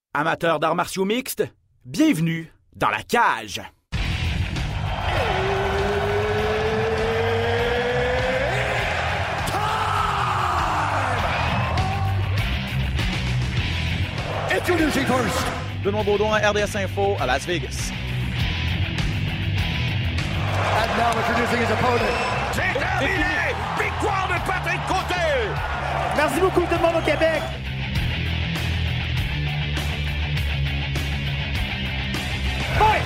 Amateurs d'arts martiaux mixtes, bienvenue dans la cage. Introducing first, Benoît Baudouin, RDS Info à Las Vegas. and now introducing his opponent. C'est terminé! Victoire de Patrick Côté! Merci beaucoup tout le monde au Québec. Fight!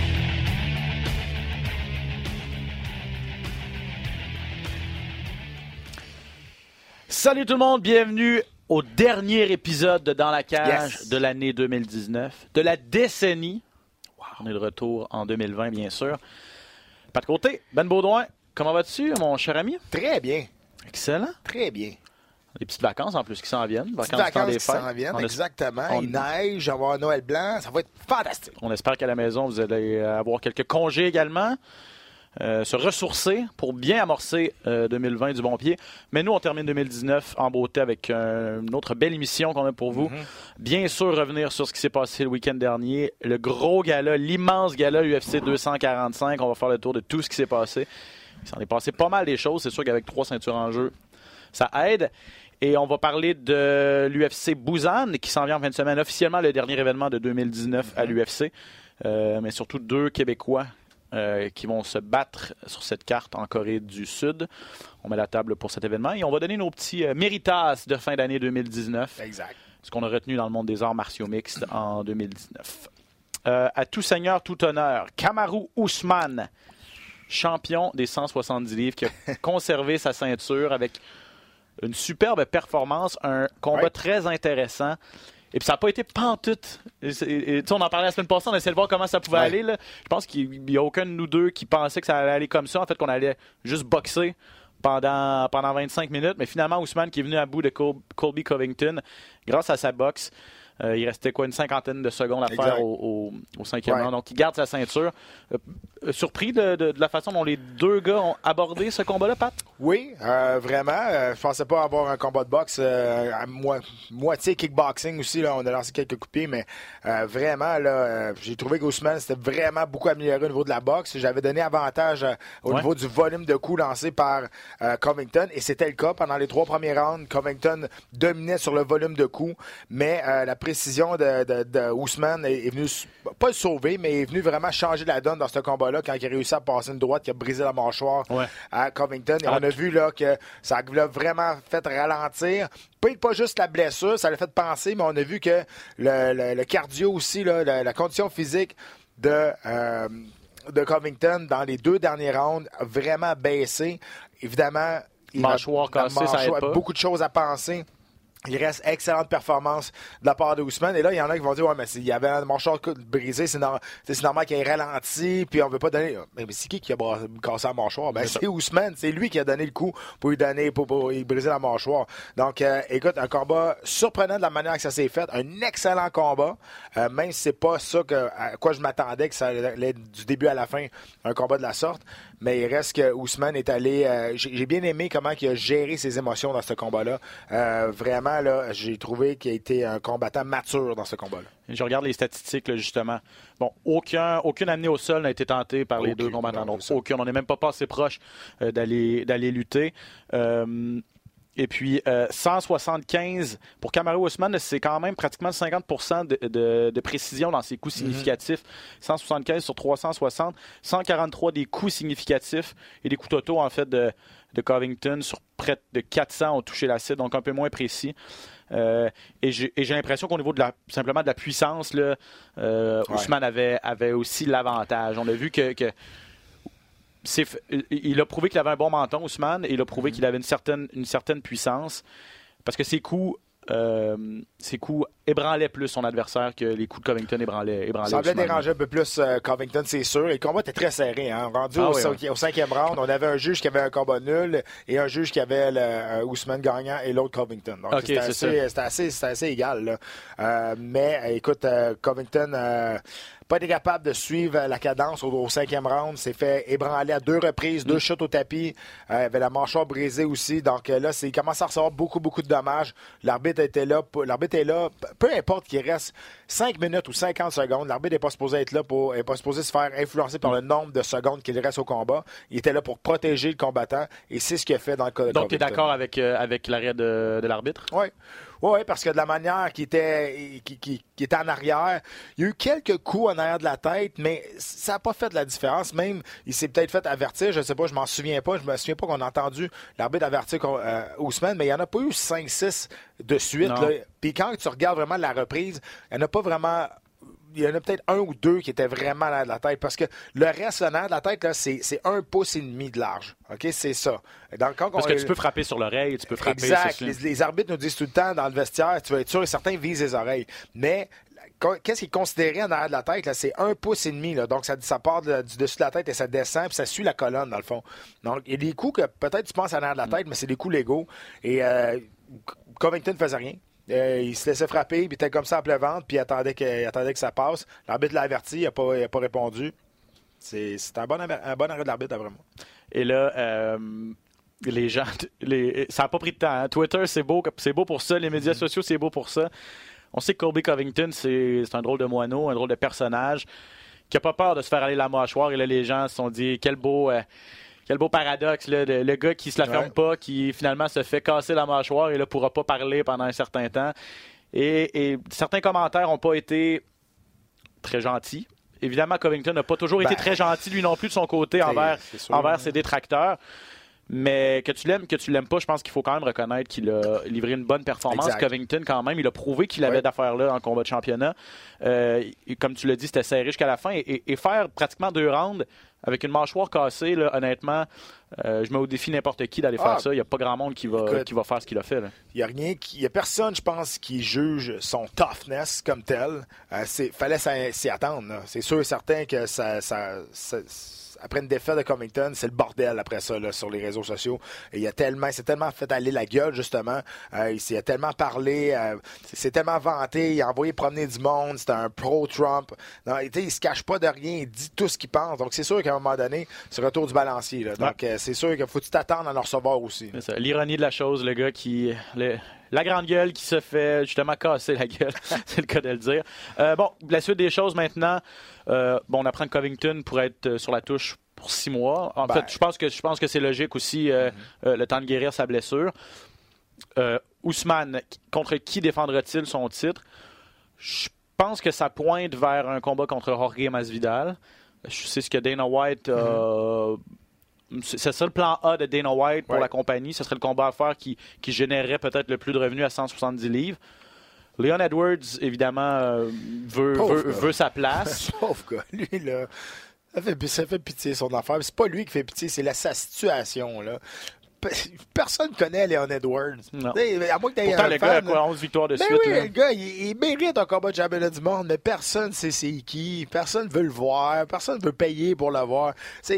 Salut tout le monde, bienvenue au dernier épisode de Dans la cage Yes. de l'année 2019, de la décennie. On est de retour en 2020, bien sûr. Pas de côté, Ben Baudouin, comment vas-tu, mon cher ami? Très bien, Excellent. très bien. Des petites vacances en plus qui s'en viennent. Petites du temps vacances des qui fêtes. s'en viennent, On es- exactement. on- Il neige, on va avoir un Noël blanc, ça va être fantastique. On espère qu'à la maison, vous allez avoir quelques congés également. Se ressourcer pour bien amorcer 2020 du bon pied. Mais nous, on termine 2019 en beauté avec une autre belle émission qu'on a pour vous. Bien sûr, revenir sur ce qui s'est passé le week-end dernier. Le gros gala, l'immense gala UFC 245. On va faire le tour de tout ce qui s'est passé. Il s'en est passé pas mal des choses. C'est sûr qu'avec 3 ceintures en jeu, ça aide. Et on va parler de l'UFC Busan qui s'en vient en fin de semaine. Officiellement, le dernier événement de 2019 à l'UFC. Mais surtout 2 Québécois qui vont se battre sur cette carte en Corée du Sud. On met la table pour cet événement et on va donner nos petits méritas de fin d'année 2019. Exact. Ce qu'on a retenu dans le monde des arts martiaux mixtes en 2019. À tout seigneur, tout honneur, Kamaru Usman, champion des 170 livres, qui a conservé sa ceinture avec une superbe performance, un combat Ouais. très intéressant. Et puis ça n'a pas été pantoute. Tu sais, on en parlait la semaine passée, on essayait de voir comment ça pouvait Ouais. aller. Là. Je pense qu'il n'y a aucun de nous deux qui pensait que ça allait aller comme ça. En fait, qu'on allait juste boxer pendant 25 minutes. Mais finalement, Ousmane qui est venu à bout de Colby Covington grâce à sa boxe. Il restait une cinquantaine de secondes à Exact. faire au 5e Ouais. round. Donc, il garde sa ceinture. Surpris de la façon dont les deux gars ont abordé ce combat-là, Pat? Oui, vraiment. Je pensais pas avoir un combat de boxe à moitié kickboxing aussi. Là, on a lancé quelques coups de pied, mais vraiment, là, j'ai trouvé qu'Ousmane s'était vraiment beaucoup amélioré au niveau de la boxe. J'avais donné avantage au Ouais. niveau du volume de coups lancés par Covington, et c'était le cas. Pendant les 3 premiers rounds, Covington dominait sur le volume de coups, mais la précision de Ousmane est venue, pas le sauver, mais est venue vraiment changer la donne dans ce combat-là quand il a réussi à passer une droite qui a brisé la mâchoire Ouais. à Covington. Et on a vu là, que ça l'a vraiment fait ralentir. Pas juste la blessure, ça l'a fait penser, mais on a vu que le cardio aussi, là, la condition physique de Covington dans les 2 derniers rounds a vraiment baissé. Évidemment, Mâchoire cassée, ça aide pas. beaucoup de choses à penser. Il reste excellente performance de la part de Ousmane. Et là, il y en a qui vont dire, ouais, mais s'il y avait un mâchoire brisé, c'est normal qu'il ait ralenti, puis on veut pas donner. Mais c'est qui a cassé la mâchoire? Ben, c'est Ousmane. C'est lui qui a donné le coup pour lui donner, pour lui briser la mâchoire. Donc, écoute, un combat surprenant de la manière que ça s'est fait. Un excellent combat. Même si c'est pas ça à quoi je m'attendais, que ça allait du début à la fin, un combat de la sorte. Mais il reste que Ousmane est allé. J'ai bien aimé comment il a géré ses émotions dans ce combat-là. Vraiment, là, j'ai trouvé qu'il a été un combattant mature dans ce combattant. Je regarde les statistiques, là, justement. Bon, aucune amenée au sol n'a été tentée par les Aucune, deux combattants. non, Donc, c'est ça. aucune. On n'est même pas passé proche d'aller lutter. Et puis, 175 pour Kamaru Usman, c'est quand même pratiquement 50% de précision dans ses coups significatifs. 175 sur 360, 143 des coups significatifs et des coups totaux, en fait, de Covington sur près de 400 ont touché la cible, donc un peu moins précis. Et j'ai l'impression qu'au niveau simplement de la puissance, là, Ousmane avait aussi l'avantage. On a vu que il a prouvé qu'il avait un bon menton, Ousmane, et il a prouvé qu'il avait une certaine puissance. Parce que ses coups ébranlaient plus son adversaire que les coups de Covington ébranlaient Ça semblait Ousmane. déranger un peu plus Covington, c'est sûr. Et le combat était très serré. Hein. Rendu Ah au, oui, au 5e round, on avait un juge qui avait un combat nul et un juge qui avait Ousmane gagnant et l'autre Covington. Donc, Ok, c'était assez égal. Là. Mais écoute, Covington pas été capable de suivre la cadence au 5e round. S'est fait ébranler à 2 reprises, 2 shots au tapis. Avait la mâchoire brisée aussi. Donc là, il commence à recevoir beaucoup de dommages. L'arbitre est là peu importe qu'il reste 5 minutes ou 50 secondes, l'arbitre n'est pas supposé être là n'est pas supposé se faire influencer par le nombre de secondes qu'il reste au combat. Il était là pour protéger le combattant et c'est ce qu'il a fait dans le cas de Donc, tu es d'accord avec l'arrêt de l'arbitre? Oui. Oui, parce que de la manière qui était en arrière, il y a eu quelques coups en arrière de la tête, mais ça n'a pas fait de la différence. Même, il s'est peut-être fait avertir, je ne sais pas, je m'en souviens pas. Je me souviens pas qu'on a entendu l'arbitre avertir Ousmane, mais il n'y en a pas eu 5-6 de suite. Puis quand tu regardes vraiment la reprise, il n'y en a pas vraiment... Il y en a peut-être 1 ou 2 qui étaient vraiment en arrière de la tête. Parce que le reste, en arrière de la tête, là, c'est 1,5 pouce de large. OK? C'est ça. Parce que tu peux frapper sur l'oreille, tu peux frapper... Exact. Les arbitres nous disent tout le temps dans le vestiaire, tu vas être sûr et certain, vise les oreilles. Mais qu'est-ce qui est considéré en arrière de la tête? Là? C'est 1,5 pouce. Là. Donc, ça part du dessus de la tête et ça descend, puis ça suit la colonne, dans le fond. Donc, il y a des coups que peut-être tu penses en arrière de la tête, mais c'est des coups légaux. Et Covington ne faisait rien. Il se laissait frapper, puis il était comme ça à plat ventre, puis il attendait que ça passe. L'arbitre l'a averti, il n'a pas répondu. C'est un bon arrêt de l'arbitre, vraiment. Et là, les gens, ça n'a pas pris de temps. Hein? Twitter, c'est beau pour ça. Les médias sociaux, c'est beau pour ça. On sait que Colby Covington, c'est un drôle de moineau, un drôle de personnage qui n'a pas peur de se faire aller la mâchoire. Et là, les gens se sont dit, quel beau paradoxe, là, le gars qui se la ferme pas, qui finalement se fait casser la mâchoire et ne pourra pas parler pendant un certain temps. Et certains commentaires n'ont pas été très gentils. Évidemment, Covington n'a pas toujours été très gentil, lui non plus, de son côté, envers ses détracteurs. Mais que tu l'aimes pas, je pense qu'il faut quand même reconnaître qu'il a livré une bonne performance. Exact. Covington, quand même, il a prouvé qu'il avait d'affaires là en combat de championnat. Comme tu l'as dit, c'était serré jusqu'à la fin. Et faire pratiquement 2 rounds avec une mâchoire cassée, là, honnêtement, je mets au défi n'importe qui d'aller faire ça. Il n'y a pas grand monde qui va faire ce qu'il a fait. Il n'y a personne, je pense, qui juge son toughness comme tel. Fallait s'y attendre. Là. C'est sûr et certain que après une défaite de Covington, c'est le bordel après ça là, sur les réseaux sociaux. Et il s'est tellement fait aller la gueule, justement. Il a tellement parlé, il s'est tellement vanté, il a envoyé promener du monde, c'était un pro-Trump. Non, il se cache pas de rien, il dit tout ce qu'il pense. Donc c'est sûr qu'à un moment donné, c'est le retour du balancier. Là. Donc c'est sûr qu'il faut t'attendre à en recevoir aussi. C'est ça. L'ironie de la chose, le gars qui... La grande gueule qui se fait justement casser la gueule, c'est le cas de le dire. La suite des choses maintenant, on apprend que Covington pourrait être sur la touche pour 6 mois. En fait, je pense que c'est logique aussi le temps de guérir sa blessure. Ousmane, contre qui défendra-t-il son titre? Je pense que ça pointe vers un combat contre Jorge Masvidal. C'est ce que Dana White c'est ça le plan A de Dana White pour la compagnie. Ce serait le combat à faire qui générerait peut-être le plus de revenus à 170 livres. Leon Edwards, évidemment, veut sa place. Pauvre gars, lui, là, ça fait pitié son affaire. C'est pas lui qui fait pitié, c'est sa situation, là. Personne ne connaît Leon Edwards. Non. À moins que t'aies pourtant, un le fan, gars a 11 victoires de suite. Oui, le gars, il mérite un combat de championnat du monde, mais personne ne sait c'est qui. Personne ne veut le voir. Personne ne veut payer pour le voir.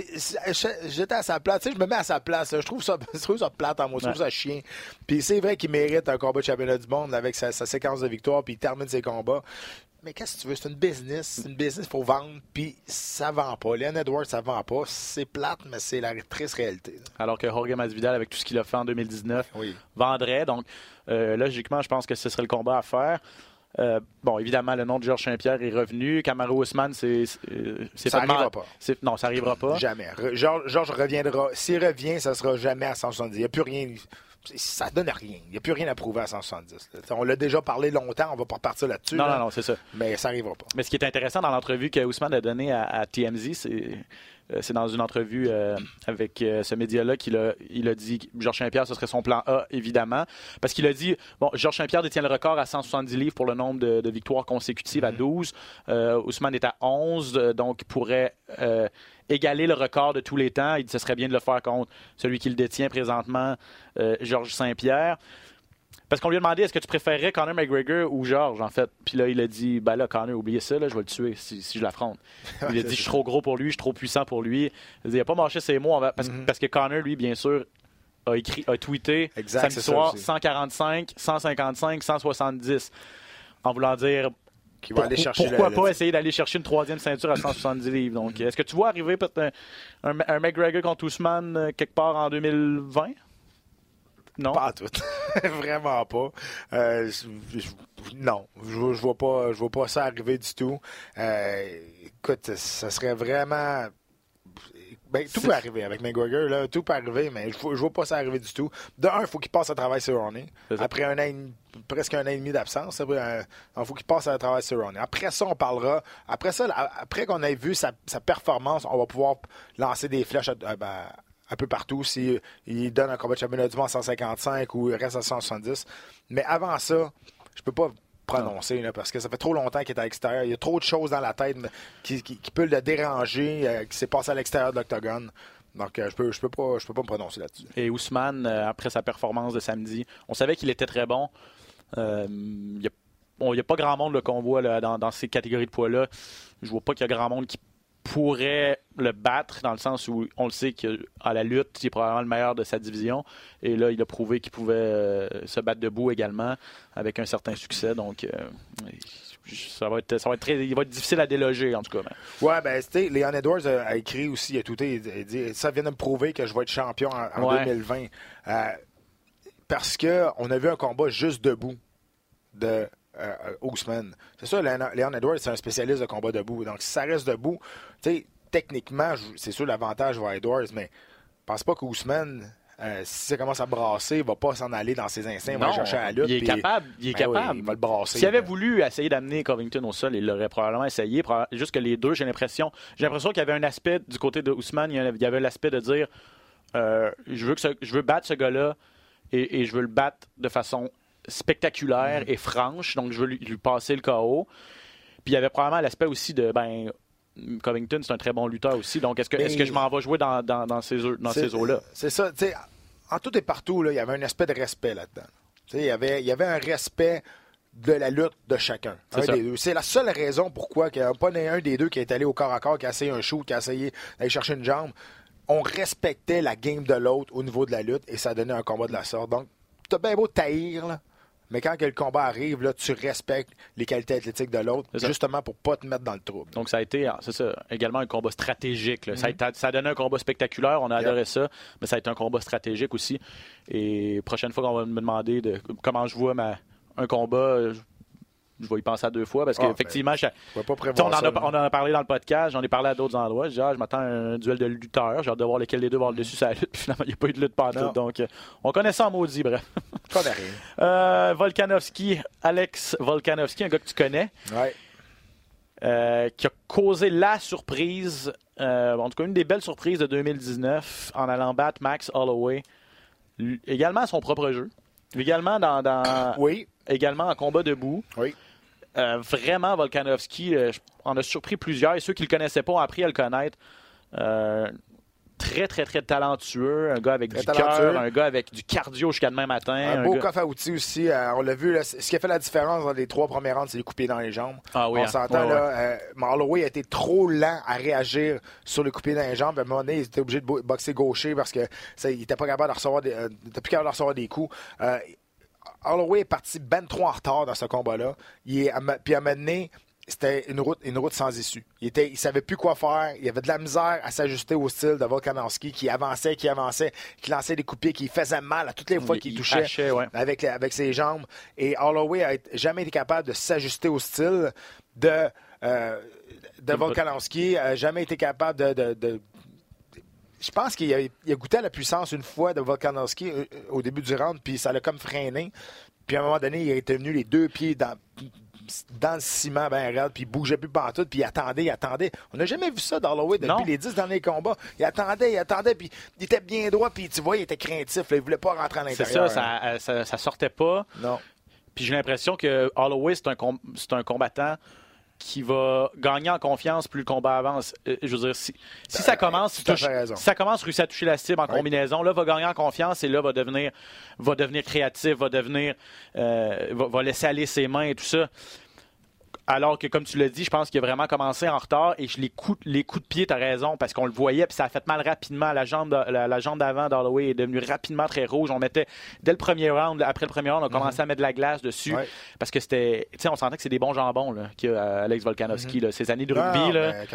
J'étais à sa place. Je me mets à sa place. Je trouve ça plate en moi. Je trouve ça chien. Puis c'est vrai qu'il mérite un combat de championnat du monde avec sa séquence de victoires, puis il termine ses combats. Mais qu'est-ce que tu veux? C'est une business. C'est une business, il faut vendre. Puis ça vend pas. Leon Edwards, ça vend pas. C'est plate, mais c'est la triste réalité. Alors que Jorge Masvidal, avec tout ce qu'il a fait en 2019, vendrait. Donc, logiquement, je pense que ce serait le combat à faire. Évidemment, le nom de Georges Saint-Pierre est revenu. Kamaru Usman, ça n'arrivera pas. Non, ça n'arrivera pas. Jamais. Georges reviendra. S'il revient, ça sera jamais à 170. Il n'y a plus rien... Ça donne rien. Il n'y a plus rien à prouver à 170. Là. On l'a déjà parlé longtemps, on va pas repartir là-dessus. Non, c'est ça. Mais ça n'arrivera pas. Mais ce qui est intéressant dans l'entrevue que Ousmane a donnée à TMZ, c'est dans une entrevue avec ce média-là qu'il a dit que Georges Saint-Pierre, ce serait son plan A, évidemment. Parce qu'il a dit, Georges Saint-Pierre détient le record à 170 livres pour le nombre de victoires consécutives à 12. Ousmane est à 11, donc il pourrait égaler le record de tous les temps. Il dit que ce serait bien de le faire contre celui qui le détient présentement, Georges Saint-Pierre. Parce qu'on lui a demandé, est-ce que tu préférerais Conor McGregor ou Georges, en fait? Puis là, il a dit, Conor, oubliez ça, là, je vais le tuer si je l'affronte. Il a dit, je suis trop gros pour lui, je suis trop puissant pour lui. Il n'a pas mâché ses mots, parce que Conor, lui, bien sûr, a tweeté samedi soir 145, 155, 170. En voulant dire... Pourquoi pas essayer d'aller chercher une 3e ceinture à 170 livres? Donc, est-ce que tu vois arriver peut-être un McGregor contre Ousmane quelque part en 2020? Non? Pas à tout. Vraiment pas. Non, je vois pas ça arriver du tout. Écoute, ça serait vraiment... Ben, tout peut arriver avec McGregor, là, tout peut arriver, mais je vois pas ça arriver du tout. De un, il faut qu'il passe à travers Cerrone. Après presque un an et demi d'absence, il faut qu'il passe à travers Cerrone. Après ça, on parlera. Après ça, après qu'on ait vu sa performance, on va pouvoir lancer des flèches un peu partout s'il donne un combat de championnat du monde à 155 ou il reste à 170. Mais avant ça, je peux pas prononcer là, parce que ça fait trop longtemps qu'il est à l'extérieur. Il y a trop de choses dans la tête qui peut le déranger, qui s'est passé à l'extérieur de l'octogone. Donc, je peux pas me prononcer là-dessus. Et Ousmane, après sa performance de samedi, on savait qu'il était très bon. Il n'y a pas grand monde qu'on voit là, dans ces catégories de poids-là. Je vois pas qu'il y a grand monde qui pourrait le battre, dans le sens où on le sait qu'à la lutte, il est probablement le meilleur de sa division. Et là, il a prouvé qu'il pouvait se battre debout également avec un certain succès. Donc, ça va être difficile à déloger, en tout cas. Ouais, ben, Leon Edwards a écrit aussi, il a tweeté, il dit, ça vient de me prouver que je vais être champion en 2020. Parce qu'on a vu un combat juste debout de Ousmane. C'est ça, Leon Edwards, c'est un spécialiste de combat debout. Donc, si ça reste debout, tu sais, techniquement, c'est sûr l'avantage va à Edwards, mais je pense pas qu'Ousmane, si ça commence à brasser, il va pas s'en aller dans ses instincts, il va chercher à la lutte. Il est capable. Oui, il va le brasser. S'il avait voulu essayer d'amener Covington au sol, il l'aurait probablement essayé. Juste que les deux, j'ai l'impression qu'il y avait un aspect du côté de Ousmane, il y avait l'aspect de dire je veux battre ce gars-là et je veux le battre de façon spectaculaire et franche, donc je veux lui passer le KO. Puis il y avait probablement l'aspect aussi de Covington, c'est un très bon lutteur aussi, donc est-ce que je m'en vais jouer dans ces eaux-là? C'est ça, tu sais, en tout et partout, là, il y avait un aspect de respect là-dedans. Tu sais, il y avait un respect de la lutte de chacun. C'est la seule raison pourquoi il n'y a pas un des deux qui est allé au corps à corps, qui a essayé un shoot, qui a essayé d'aller chercher une jambe. On respectait la game de l'autre au niveau de la lutte et ça donnait un combat de la sorte. Donc, t'as bien beau taillir, là, mais quand le combat arrive, là, tu respectes les qualités athlétiques de l'autre, justement pour pas te mettre dans le trouble. Donc, ça a été, c'est ça, également un combat stratégique. Là. Ça a donné un combat spectaculaire, on a adoré ça, mais ça a été un combat stratégique aussi. Et prochaine fois qu'on va me demander comment je vois un combat, je vais y penser à deux fois parce qu'effectivement, on en a parlé dans le podcast, j'en ai parlé à d'autres endroits. Je m'attends à un duel de lutteurs. J'ai hâte de voir lequel des deux va avoir le dessus sur la lutte. Puis finalement, il n'y a pas eu de lutte partout. Donc, on connaît ça en maudit, bref. Pas de rien. Volkanovski, Alex Volkanovski, un gars que tu connais. Qui a causé la surprise, en tout cas une des belles surprises de 2019 en allant battre Max Holloway. Également à son propre jeu. Également également en combat debout. Oui. Vraiment, Volkanovski en a surpris plusieurs et ceux qui ne le connaissaient pas ont appris à le connaître. Très, très, très talentueux. Un gars avec du cœur, un gars avec du cardio jusqu'à demain matin. Un beau coffre à outils aussi. On l'a vu, là, ce qui a fait la différence dans les 3 premières rounds, c'est les coupés dans les jambes. Ah oui, on s'entend, là. Holloway a été trop lent à réagir sur les coupés dans les jambes. À un moment donné, il était obligé de boxer gaucher parce qu'il n'était pas capable de recevoir des coups. Holloway est parti ben trop en retard dans ce combat-là. Puis à un moment donné, c'était une route sans issue. Il savait plus quoi faire. Il avait de la misère à s'ajuster au style de Volkanovski qui avançait, qui lançait des coups de pied, qui faisait mal à toutes les fois qu'il touchait avec ses jambes. Et Holloway n'a jamais été capable de s'ajuster au style de Volkanovski. N'a jamais été capable de je pense qu'il a goûté à la puissance une fois de Volkanovski au début du round, puis ça l'a comme freiné. Puis à un moment donné, il était venu les 2 pieds dans le ciment ben raide, puis il bougeait plus pantoute, puis il attendait. On n'a jamais vu ça d'Holloway depuis les 10 derniers combats. Il attendait, puis il était bien droit, puis tu vois, il était craintif. Là, il voulait pas rentrer à l'intérieur. C'est ça sortait pas. Non. Puis j'ai l'impression que Holloway, c'est un combattant qui va gagner en confiance plus le combat avance. Je veux dire, si ça commence, réussir à toucher la cible en combinaison, là, va gagner en confiance et là, va devenir créatif, va laisser aller ses mains et tout ça. Alors que, comme tu l'as dit, je pense qu'il a vraiment commencé en retard et les coups de pied, tu as raison, parce qu'on le voyait, puis ça a fait mal rapidement. La jambe d'avant d'Holloway est devenue rapidement très rouge. On mettait, dès le premier round, après le premier round, on commençait à mettre de la glace dessus, parce que c'était, tu sais, on sentait que c'est des bons jambons, là, qu'il y a Alex Volkanovski. Là. Ces années de rugby,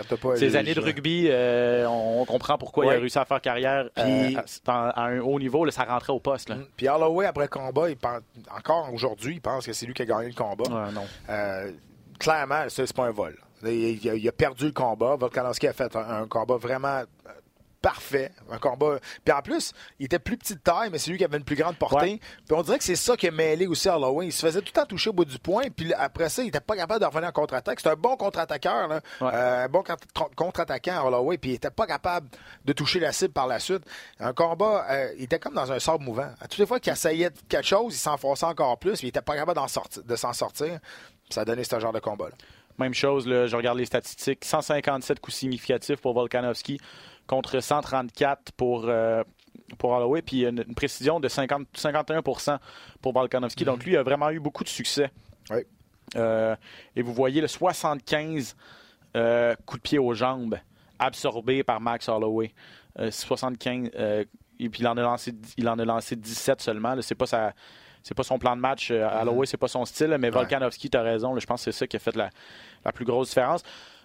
on comprend pourquoi il a réussi à faire carrière à un haut niveau, là, ça rentrait au poste. Là. Puis Holloway, après le combat, encore aujourd'hui, il pense que c'est lui qui a gagné le combat. Non. Clairement, c'est pas un vol. Il a perdu le combat. Volkanovski a fait un combat vraiment parfait. Un combat. Puis en plus, il était plus petit de taille, mais c'est lui qui avait une plus grande portée. Ouais. Puis on dirait que c'est ça qui a mêlé aussi à Holloway. Il se faisait tout le temps toucher au bout du poing. Puis après ça, il n'était pas capable de revenir en contre-attaque. C'était un bon contre-attaqueur. Là. Un bon contre-attaquant à Holloway. Puis il n'était pas capable de toucher la cible par la suite. Un combat, il était comme dans un sable mouvant. À toutes les fois qu'il essayait quelque chose, il s'enfonçait encore plus. Puis il n'était pas capable de s'en sortir. Ça a donné ce genre de combat-là. Même chose, là, je regarde les statistiques. 157 coups significatifs pour Volkanovski contre 134 pour Holloway. Puis une précision de 51% pour Volkanovski. Donc lui, il a vraiment eu beaucoup de succès. Oui. Et vous voyez le 75 coups de pied aux jambes absorbés par Max Holloway. 75. Et puis il en a lancé 17 seulement. Là, c'est pas son plan de match. Holloway, c'est pas son style, mais Volkanovski, tu as raison. Là, je pense que c'est ça qui a fait la plus grosse différence.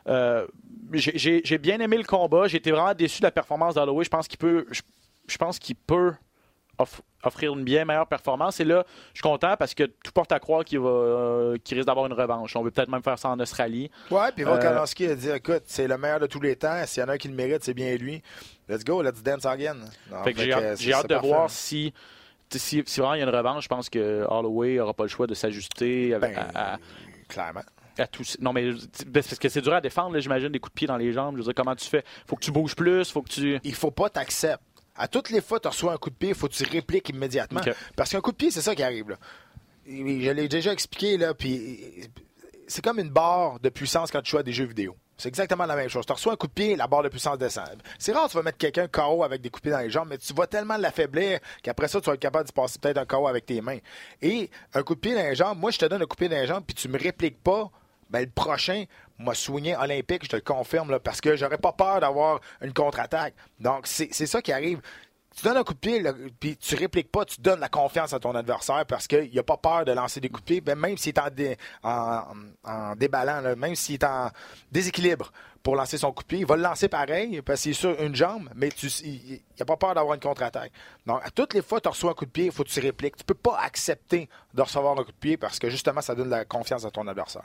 J'ai bien aimé le combat. J'ai été vraiment déçu de la performance d'Holloway. Je pense qu'il peut offrir une bien meilleure performance. Et là, je suis content parce que tout porte à croire qu'il risque d'avoir une revanche. On veut peut-être même faire ça en Australie. Ouais, puis Volkanovski a dit, écoute, c'est le meilleur de tous les temps. S'il y en a un qui le mérite, c'est bien lui. Let's go, let's dance again. J'ai hâte de voir si vraiment il y a une revanche. Je pense que Holloway n'aura pas le choix de s'ajuster clairement. Non, mais parce que c'est dur à défendre, là, j'imagine, des coups de pied dans les jambes. Je veux dire, comment tu fais? Faut que tu bouges plus, Il faut pas t'accepter. À toutes les fois que tu reçois un coup de pied, il faut que tu répliques immédiatement. Okay. Parce qu'un coup de pied, c'est ça qui arrive. Là. Je l'ai déjà expliqué, là, puis c'est comme une barre de puissance quand tu joues à des jeux vidéo. C'est exactement la même chose. Tu reçois un coup de pied, la barre de puissance descend. C'est rare que tu vas mettre quelqu'un KO avec des coups de pied dans les jambes, mais tu vas tellement l'affaiblir qu'après ça, tu vas être capable de passer peut-être un KO avec tes mains. Et un coup de pied dans les jambes, moi, je te donne un coup de pied dans les jambes, puis tu me répliques pas, ben, le prochain m'a soigné olympique, je te le confirme, là, parce que j'aurais pas peur d'avoir une contre-attaque. Donc, c'est ça qui arrive. Tu donnes un coup de pied, puis tu répliques pas, tu donnes la confiance à ton adversaire parce qu'il n'a pas peur de lancer des coups de pied, même s'il est en déballant, là, même s'il est en déséquilibre pour lancer son coup de pied, il va le lancer pareil parce qu'il est sur une jambe, mais il n'a pas peur d'avoir une contre-attaque. Donc, à toutes les fois que tu reçois un coup de pied, il faut que tu répliques. Tu peux pas accepter de recevoir un coup de pied parce que justement, ça donne la confiance à ton adversaire.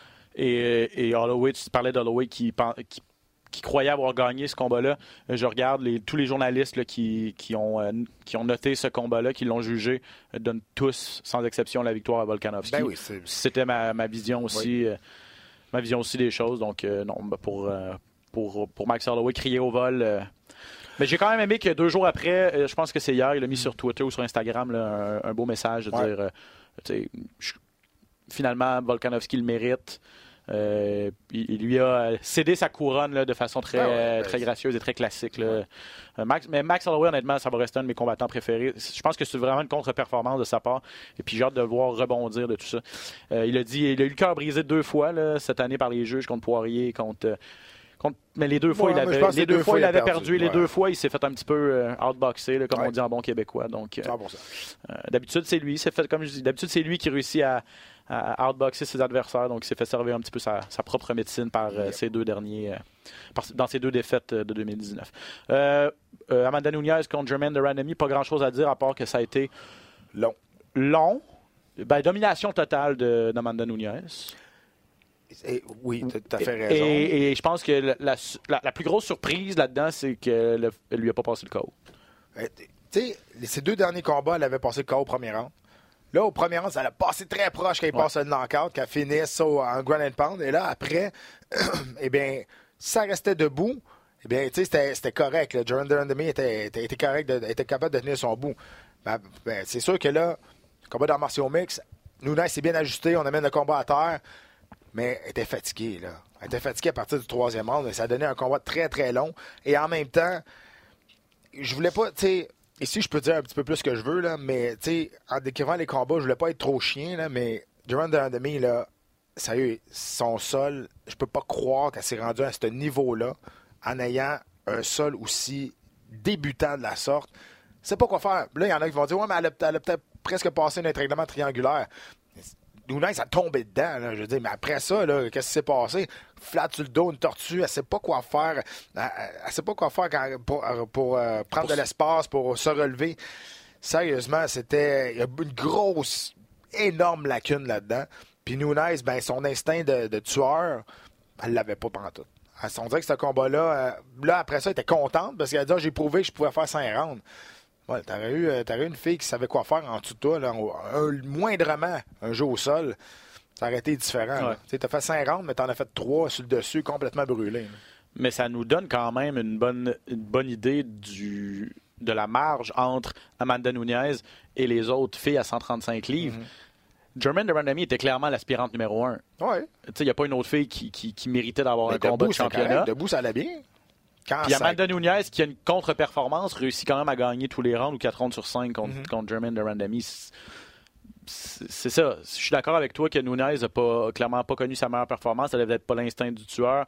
Et Holloway, tu parlais d'Holloway qui croyait avoir gagné ce combat-là. Je regarde tous les journalistes là, qui ont noté ce combat-là, qui l'ont jugé, donnent tous, sans exception, la victoire à Volkanovski. Ben oui, c'était ma vision aussi. Oui. Ma vision aussi des choses. Donc, non, pour Max Holloway, crier au vol. Mais j'ai quand même aimé que 2 jours après, je pense que c'est hier, il a mis sur Twitter ou sur Instagram là, un beau message de dire finalement, Volkanovski le mérite. Il lui a cédé sa couronne là, de façon très gracieuse et très classique. Là. Mais Max Holloway, honnêtement, ça va rester un de mes combattants préférés. Je pense que c'est vraiment une contre-performance de sa part. Et puis j'ai hâte de le voir rebondir de tout ça. Il a eu le cœur brisé 2 fois là, cette année par les juges contre Poirier, mais les 2 fois, il avait perdu. Les 2 fois, il s'est fait un petit peu outboxer, là, comme on dit en bon québécois. Donc, d'habitude, c'est lui. Comme je dis, d'habitude, c'est lui qui réussit à outboxer ses adversaires. Donc, il s'est fait servir un petit peu sa propre médecine ces 2 derniers, dans ces 2 défaites de 2019. Amanda Nunes contre Germaine de Randami, pas grand-chose à dire à part que ça a été long. Ben, domination totale d'Amanda Nunes. Oui, tu as fait raison. Et je pense que la plus grosse surprise là-dedans, c'est qu'elle ne lui a pas passé le KO. Tu sais, ces 2 derniers combats, elle avait passé le KO au premier round. Là, au premier round, ça a passé très proche quand il passe le knockout, qu'elle finisse en ground and pound. Et là, après, eh bien, si ça restait debout, eh bien, tu sais, c'était correct. Germaine de Randami était correct, était capable de tenir son bout. Ben, c'est sûr que là, le combat d'arts martiaux mix, Nunes s'est bien ajusté, on amène le combat à terre. Mais elle était fatiguée, là. Elle était fatiguée à partir du 3e round. Ça a donné un combat très, très long. Et en même temps, je voulais pas, tu sais, ici, je peux dire un petit peu plus ce que je veux, là, mais, tu sais, en décrivant les combats, je voulais pas être trop chien, là, mais Germaine de Randami, là, sérieux, son sol, je peux pas croire qu'elle s'est rendue à ce niveau-là en ayant un sol aussi débutant de la sorte. C'est pas quoi faire. Là, il y en a qui vont dire, ouais, mais elle a peut-être presque passé un règlement triangulaire. Nunez a tombé dedans, là, je veux dire, mais après ça, là, qu'est-ce qui s'est passé? Flat sur le dos, une tortue, elle sait pas quoi faire. Elle sait pas quoi faire pour prendre de l'espace, pour se relever. Sérieusement, il y a une grosse, énorme lacune là-dedans. Puis Nunez, ben, son instinct de tueur, elle l'avait pas pantoute. On dirait que ce combat-là, là, après ça, elle était contente parce qu'elle a dit, j'ai prouvé que je pouvais faire 5 rounds. Ouais, t'aurais eu une fille qui savait quoi faire en dessous de toi, là, moindrement un jeu au sol, ça aurait été différent. Tu as fait 5 rounds, mais t'en as fait 3 sur le dessus, complètement brûlé. Là. Mais ça nous donne quand même une bonne idée de la marge entre Amanda Nunez et les autres filles à 135 livres. Germaine de Randami était clairement l'aspirante numéro 1. Ouais. Il n'y a pas une autre fille qui méritait d'avoir un combat de championnat. Debout, ça allait bien. Puis Amanda Nunez, qui a une contre-performance, réussit quand même à gagner tous les rounds ou 4 rounds sur 5 contre Germaine de Randami. C'est ça. Je suis d'accord avec toi que Nunez n'a clairement pas connu sa meilleure performance. Elle n'avait peut-être pas l'instinct du tueur.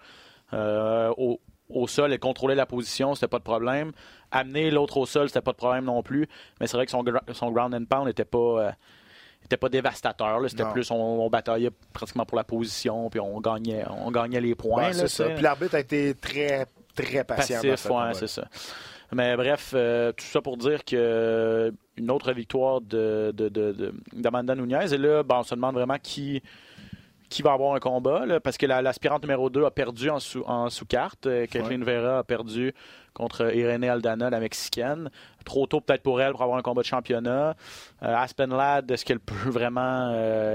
Au sol, elle contrôlait la position, c'était pas de problème. Amener l'autre au sol, c'était pas de problème non plus. Mais c'est vrai que son ground and pound n'était pas dévastateur. Là. C'était plus, on bataillait pratiquement pour la position, puis on gagnait les points. Ouais, c'est ça. Puis l'arbitre a été très, très patient. Passif, c'est ça. Mais bref, tout ça pour dire que une autre victoire d'Amanda Nunez. Et là, on se demande vraiment qui va avoir un combat, là, parce que l'aspirante numéro 2 a perdu en sous-carte. Kathleen Vera a perdu contre Irene Aldana, la Mexicaine. Trop tôt peut-être pour elle pour avoir un combat de championnat. Aspen Ladd, est-ce qu'elle peut vraiment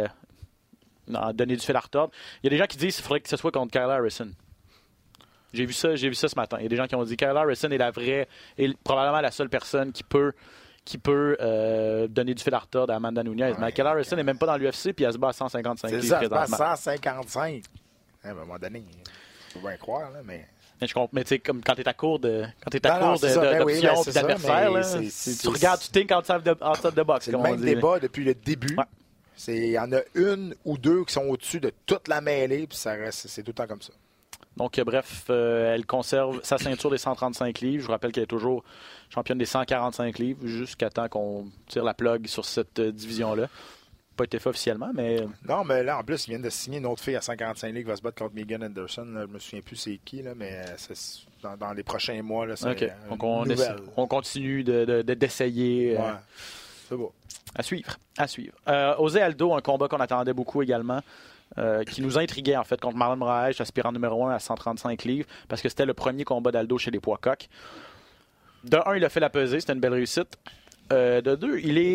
donner du fil à retordre? Il y a des gens qui disent qu'il faudrait que ce soit contre Kayla Harrison. J'ai vu ça ce matin. Il y a des gens qui ont dit que Kayla Harrison est probablement la seule personne qui peut donner du fil à retordre à Amanda Nunez. Mais Kayla Harrison n'est même pas dans l'UFC, puis elle se bat à 155 livres présentement. C'est ça, 155. À un moment donné, il faut bien croire, là, mais... Mais tu sais, comme quand tu es à court d'options et d'adversaires, tu regardes, tu think outside the box. C'est le même débat depuis le début. Ouais. Il y en a une ou deux qui sont au-dessus de toute la mêlée, puis c'est tout le temps comme ça. Donc, bref, elle conserve sa ceinture des 135 livres. Je vous rappelle qu'elle est toujours championne des 145 livres jusqu'à temps qu'on tire la plug sur cette division-là. Pas été fait officiellement, mais... Non, mais là, en plus, ils viennent de signer une autre fille à 145 livres qui va se battre contre Megan Anderson. Là, je me souviens plus c'est qui, là, mais c'est dans les prochains mois, là, c'est donc on continue d'essayer. Ouais, c'est beau. À suivre. José Aldo, un combat qu'on attendait beaucoup également. Qui nous intriguait en fait contre Marlon Moraes, aspirant numéro 1 à 135 livres, parce que c'était le premier combat d'Aldo chez les poids coqs. De 1, il a fait la pesée, c'était une belle réussite. De 2,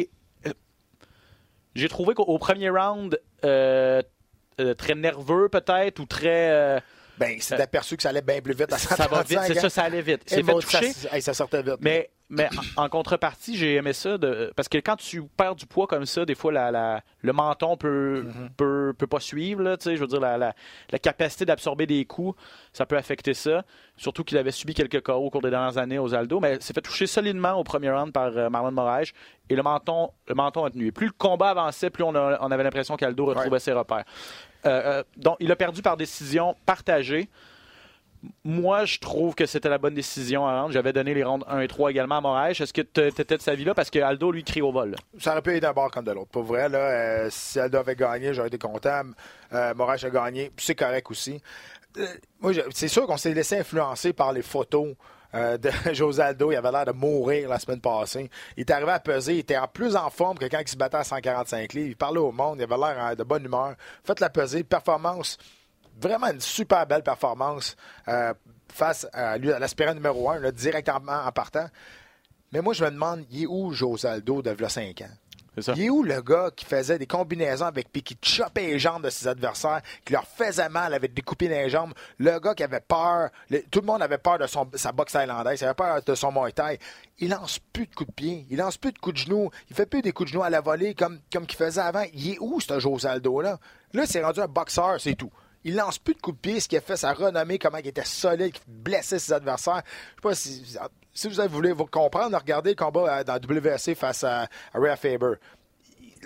j'ai trouvé qu'au premier round, très nerveux peut-être, ou très... c'est aperçu que ça allait bien plus vite à 135. Ça va vite, c'est ça, ça allait vite. C'est fait toucher. Ça sortait vite. Mais en contrepartie, j'ai aimé ça parce que quand tu perds du poids comme ça, des fois le menton peut pas suivre. Là, je veux dire, la capacité d'absorber des coups, ça peut affecter ça. Surtout qu'il avait subi quelques KO au cours des dernières années aux Aldo, mais s'est fait toucher solidement au premier round par Marlon Moraes et le menton a tenu. Et plus le combat avançait, plus on avait l'impression qu'Aldo retrouvait ses repères. Donc, il a perdu par décision partagée. Moi, je trouve que c'était la bonne décision à rendre. J'avais donné les rounds 1 et 3 également à Moraes. Est-ce que tu étais de sa vie-là? Parce que Aldo, lui, crie au vol. Là. Ça aurait pu être d'un bord comme de l'autre. Pour vrai, là, si Aldo avait gagné, j'aurais été content. Moraes a gagné. C'est correct aussi. Moi, c'est sûr qu'on s'est laissé influencer par les photos de José Aldo. Il avait l'air de mourir la semaine passée. Il est arrivé à peser. Il était plus en forme que quand il se battait à 145 livres. Il parlait au monde. Il avait l'air de bonne humeur. Faites la pesée. Performance. Vraiment une super belle performance face à l'aspirant numéro 1, là, directement en partant. Mais moi, je me demande, il est où José Aldo de 5 ans? C'est ça. Il est où le gars qui faisait des combinaisons avec puis qui chopait les jambes de ses adversaires, qui leur faisait mal avec découper les jambes? Le gars qui avait peur, tout le monde avait peur de sa boxe thaïlandaise, il avait peur de son Muay Thai. Il lance plus de coups de pied, il lance plus de coups de genoux, il fait plus des coups de genoux à la volée comme qu'il faisait avant. Il est où, ce José Aldo-là? Là, c'est rendu un boxeur, c'est tout. Il lance plus de coups de pied, ce qui a fait sa renommée, comment il était solide, qu'il blessait ses adversaires. Je sais pas si vous voulez vous comprendre, regardez le combat dans WSC face à Rhea Faber.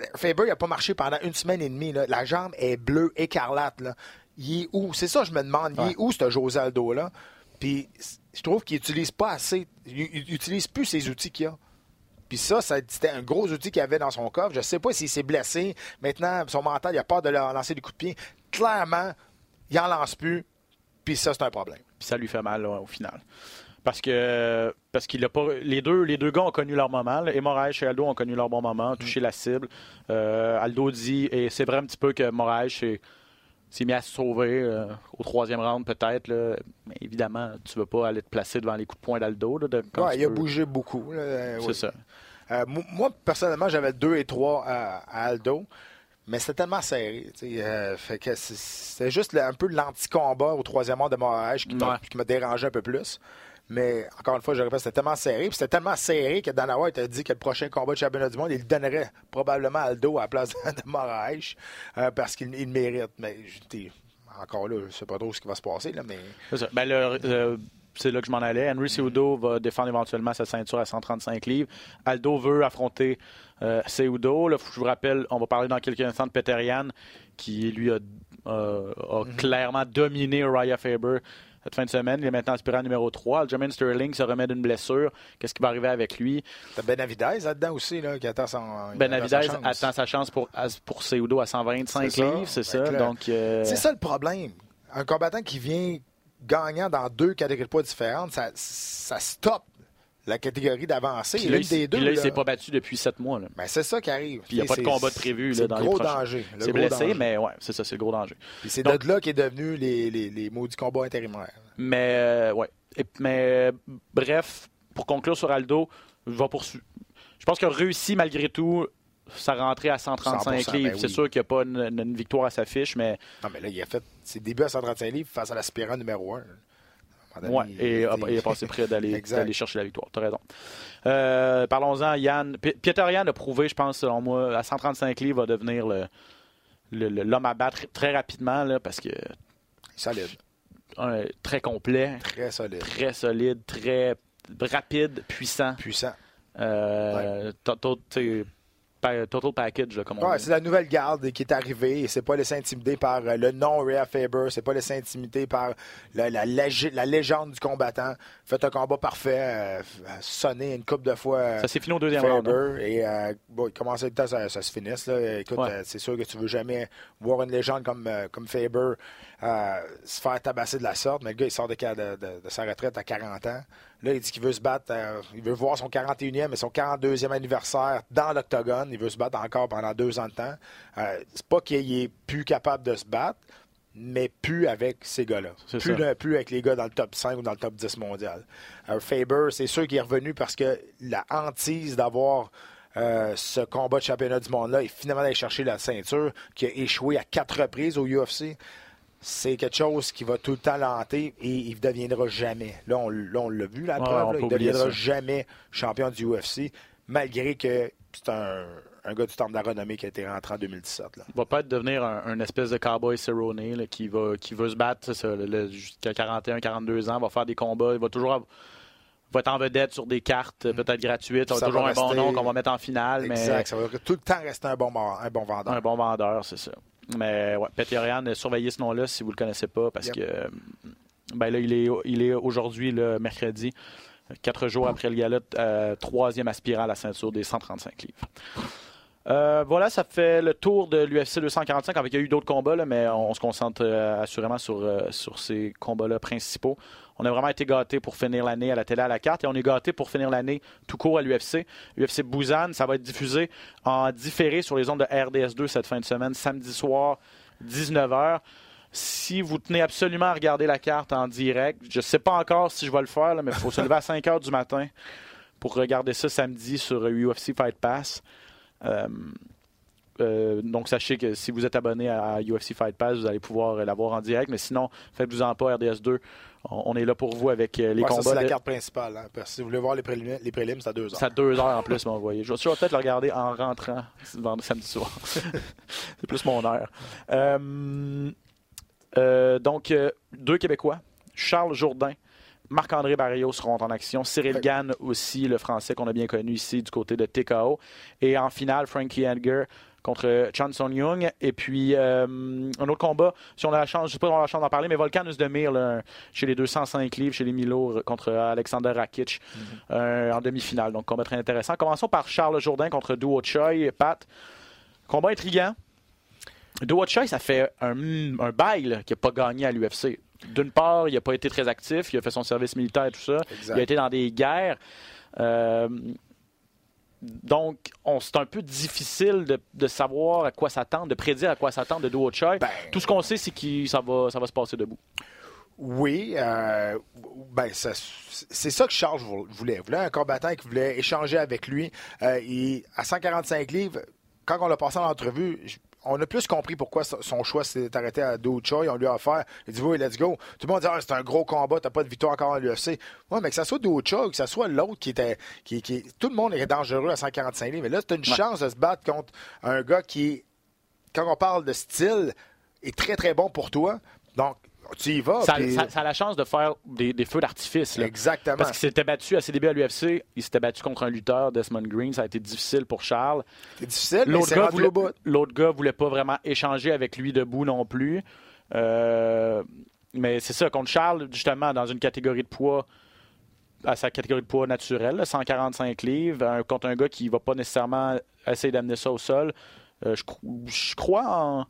Faber, il n'a pas marché pendant 1 semaine et demie. Là. La jambe est bleue, écarlate. Là. Il est où? C'est ça, je me demande. Il est où, ce José Aldo-là? Puis, je trouve qu'il n'utilise pas assez. Il n'utilise plus ses outils qu'il a. Puis ça, c'était un gros outil qu'il avait dans son coffre. Je ne sais pas s'il s'est blessé. Maintenant, son mental, il a peur de lancer des coups de pied. Clairement, il n'en lance plus. Puis ça, c'est un problème. Puis ça lui fait mal, là, au final. Parce qu'il a pas. Les deux gars ont connu leur moment. Et Moraes et Aldo ont connu leur bon moment, touché la cible. Aldo dit, et c'est vrai un petit peu que Moraes s'est mis à se sauver au 3e round peut-être. Là. Mais évidemment, tu ne veux pas aller te placer devant les coups de poing d'Aldo. Là, il a bougé beaucoup. Là, c'est ça. Moi, personnellement, j'avais 2 et 3 à Aldo. Mais c'était tellement serré. Fait que c'était juste un peu l'anti-combat au 3e round de Moraes qui m'a dérangé un peu plus. Mais encore une fois, je répète, c'était tellement serré. Puis c'était tellement serré que Dana White a dit que le prochain combat de championnat du monde, il le donnerait probablement à Aldo à la place de Moraes parce qu'il le mérite. Mais encore là, je ne sais pas trop ce qui va se passer. Là, mais... C'est ça. C'est là que je m'en allais. Henry Cejudo va défendre éventuellement sa ceinture à 135 livres. Aldo veut affronter Cejudo. Là, je vous rappelle, on va parler dans quelques instants de Petr Yan, qui lui a clairement dominé Uriah Faber cette fin de semaine. Il est maintenant aspirant numéro 3. Aljamain Sterling se remet d'une blessure. Qu'est-ce qui va arriver avec lui? T'as Benavidez là-dedans aussi, là, qui attend Benavidez attend sa chance pour Cejudo à 125 livres, c'est ça. Donc, c'est ça le problème. Un combattant qui vient gagnant dans 2 catégories de poids différentes, ça stoppe la catégorie d'avancée. Puis là, il ne s'est pas battu depuis 7 mois. Là. Ben, c'est ça qui arrive. Puis il n'y a pas de combat de prévu là, dans les prochains. Danger. C'est blessé, mais ouais, c'est ça, c'est le gros danger. Puis c'est de là qu'est devenu les maudits combats intérimaires. Mais, bref, pour conclure sur Aldo, je pense qu'il a réussi malgré tout sa rentrée à 135 livres. C'est sûr qu'il n'y a pas une victoire à sa fiche, mais... Non, mais là, il a fait ses débuts à 135 livres face à l'aspirant numéro 1. Oui, et il est passé près d'aller chercher la victoire. Tu as raison. Parlons-en, Yann. Petr Yan a prouvé, je pense, selon moi, à 135 livres, va devenir l'homme à battre très rapidement, là, parce que... Solide. Très complet. Très solide. Très solide, très rapide, puissant. Total package, là, comme on dit. C'est la nouvelle garde qui est arrivée et c'est pas laissé intimider par le nom Uriah Faber, c'est pas laissé intimider par la légende du combattant. Fait un combat parfait, sonné une couple de fois. Ça s'est fini au 2e Faber, round. Hein? Et il commence le temps, ça se finisse. Là. Écoute, c'est sûr que tu veux jamais voir une légende comme Faber se faire tabasser de la sorte, mais le gars, il sort de sa retraite à 40 ans. Là, il dit qu'il veut se battre, il veut voir son 41e et son 42e anniversaire dans l'octogone. Il veut se battre encore pendant 2 ans de temps. C'est pas qu'il est plus capable de se battre, mais plus avec ces gars-là. Plus avec les gars dans le top 5 ou dans le top 10 mondial. Faber, c'est sûr qu'il est revenu parce que la hantise d'avoir ce combat de championnat du monde-là et finalement d'aller chercher la ceinture qui a échoué à 4 reprises au UFC, c'est quelque chose qui va tout le temps l'hanter et il ne deviendra jamais. Là, on l'a vu, la preuve. Il ne deviendra jamais champion du UFC, malgré que c'est un gars du temple de la renommée qui a été rentré en 2017. Là. Il va peut-être devenir un espèce de cowboy Cerrone là, qui veut se battre jusqu'à 41, 42 ans, va faire des combats, il va toujours va être en vedette sur des cartes peut-être gratuites, ça va toujours un bon nom qu'on va mettre en finale. Exact, mais... ça va tout le temps rester un bon vendeur. Un bon vendeur, c'est ça. Mais ouais, Petr Yan, surveillez ce nom-là si vous ne le connaissez pas, parce que là, il est aujourd'hui, le mercredi, 4 jours après le gala, 3e aspirant à la ceinture des 135 livres. Voilà, ça fait le tour de l'UFC 245. Il y a eu d'autres combats, là, mais on se concentre assurément sur ces combats-là principaux. On a vraiment été gâtés pour finir l'année à la télé à la carte et on est gâtés pour finir l'année tout court à l'UFC. UFC Busan, ça va être diffusé en différé sur les ondes de RDS2 cette fin de semaine, samedi soir, 19h. Si vous tenez absolument à regarder la carte en direct, je ne sais pas encore si je vais le faire, là, mais il faut se lever à 5h du matin pour regarder ça samedi sur UFC Fight Pass. Donc, sachez que si vous êtes abonné à UFC Fight Pass, vous allez pouvoir l'avoir en direct. Mais sinon, faites-vous-en pas, RDS2. On est là pour vous avec les combats. Ça, c'est la carte principale. Hein, parce que si vous voulez voir les prélims, c'est à 2 heures. C'est à 2 heures en plus, m'envoyer. Je vais peut-être le regarder en rentrant samedi soir. C'est plus mon heure. Donc, 2 Québécois. Charles Jourdain, Marc-André Barrios seront en action. Cyril Gann aussi, le Français qu'on a bien connu ici du côté de TKO. Et en finale, Frankie Edgar contre Chan Sung-Young. Et puis, un autre combat, si on a la chance, je ne sais pas si on a la chance d'en parler, mais Volkan Oezdemir, là, chez les 205 livres, chez les Milo, contre Alexander Rakic, en demi-finale. Donc, combat très intéressant. Commençons par Charles Jourdain contre Doo Ho Choi. Pat, combat intriguant. Doo Ho Choi, ça fait un bail qu'il n'a pas gagné à l'UFC. D'une part, il n'a pas été très actif, il a fait son service militaire et tout ça. Exact. Il a été dans des guerres. Donc, c'est un peu difficile de savoir à quoi s'attendre, de prédire à quoi s'attendre de Doo Ho Choi. Tout ce qu'on sait, c'est que ça va se passer debout. Oui, c'est ça que Charles voulait. Il voulait un combattant qui voulait échanger avec lui. À 145 livres, quand on l'a passé en entrevue, on a plus compris pourquoi son choix s'est arrêté à Doo Ho Choi. On lui a offert, il dit oui, let's go. Tout le monde dit c'est un gros combat, t'as pas de victoire encore à l'UFC. Oui, mais que ça soit Doo Ho Choi ou que ça soit l'autre qui tout le monde est dangereux à 145 livres. Mais là, c'est une chance de se battre contre un gars qui, quand on parle de style, est très très bon pour toi. Donc, tu y vas. Ça a la chance de faire des feux d'artifice. Là. Exactement. Parce qu'il s'était battu à ses débuts à l'UFC. Il s'était battu contre un lutteur, Desmond Green. Ça a été difficile pour Charles. C'est difficile, mais c'est rendu au bout. L'autre gars voulait pas vraiment échanger avec lui debout non plus. Mais c'est ça, contre Charles, justement, dans une catégorie de poids, à sa catégorie de poids naturelle, là, 145 livres, contre un gars qui va pas nécessairement essayer d'amener ça au sol. Je crois en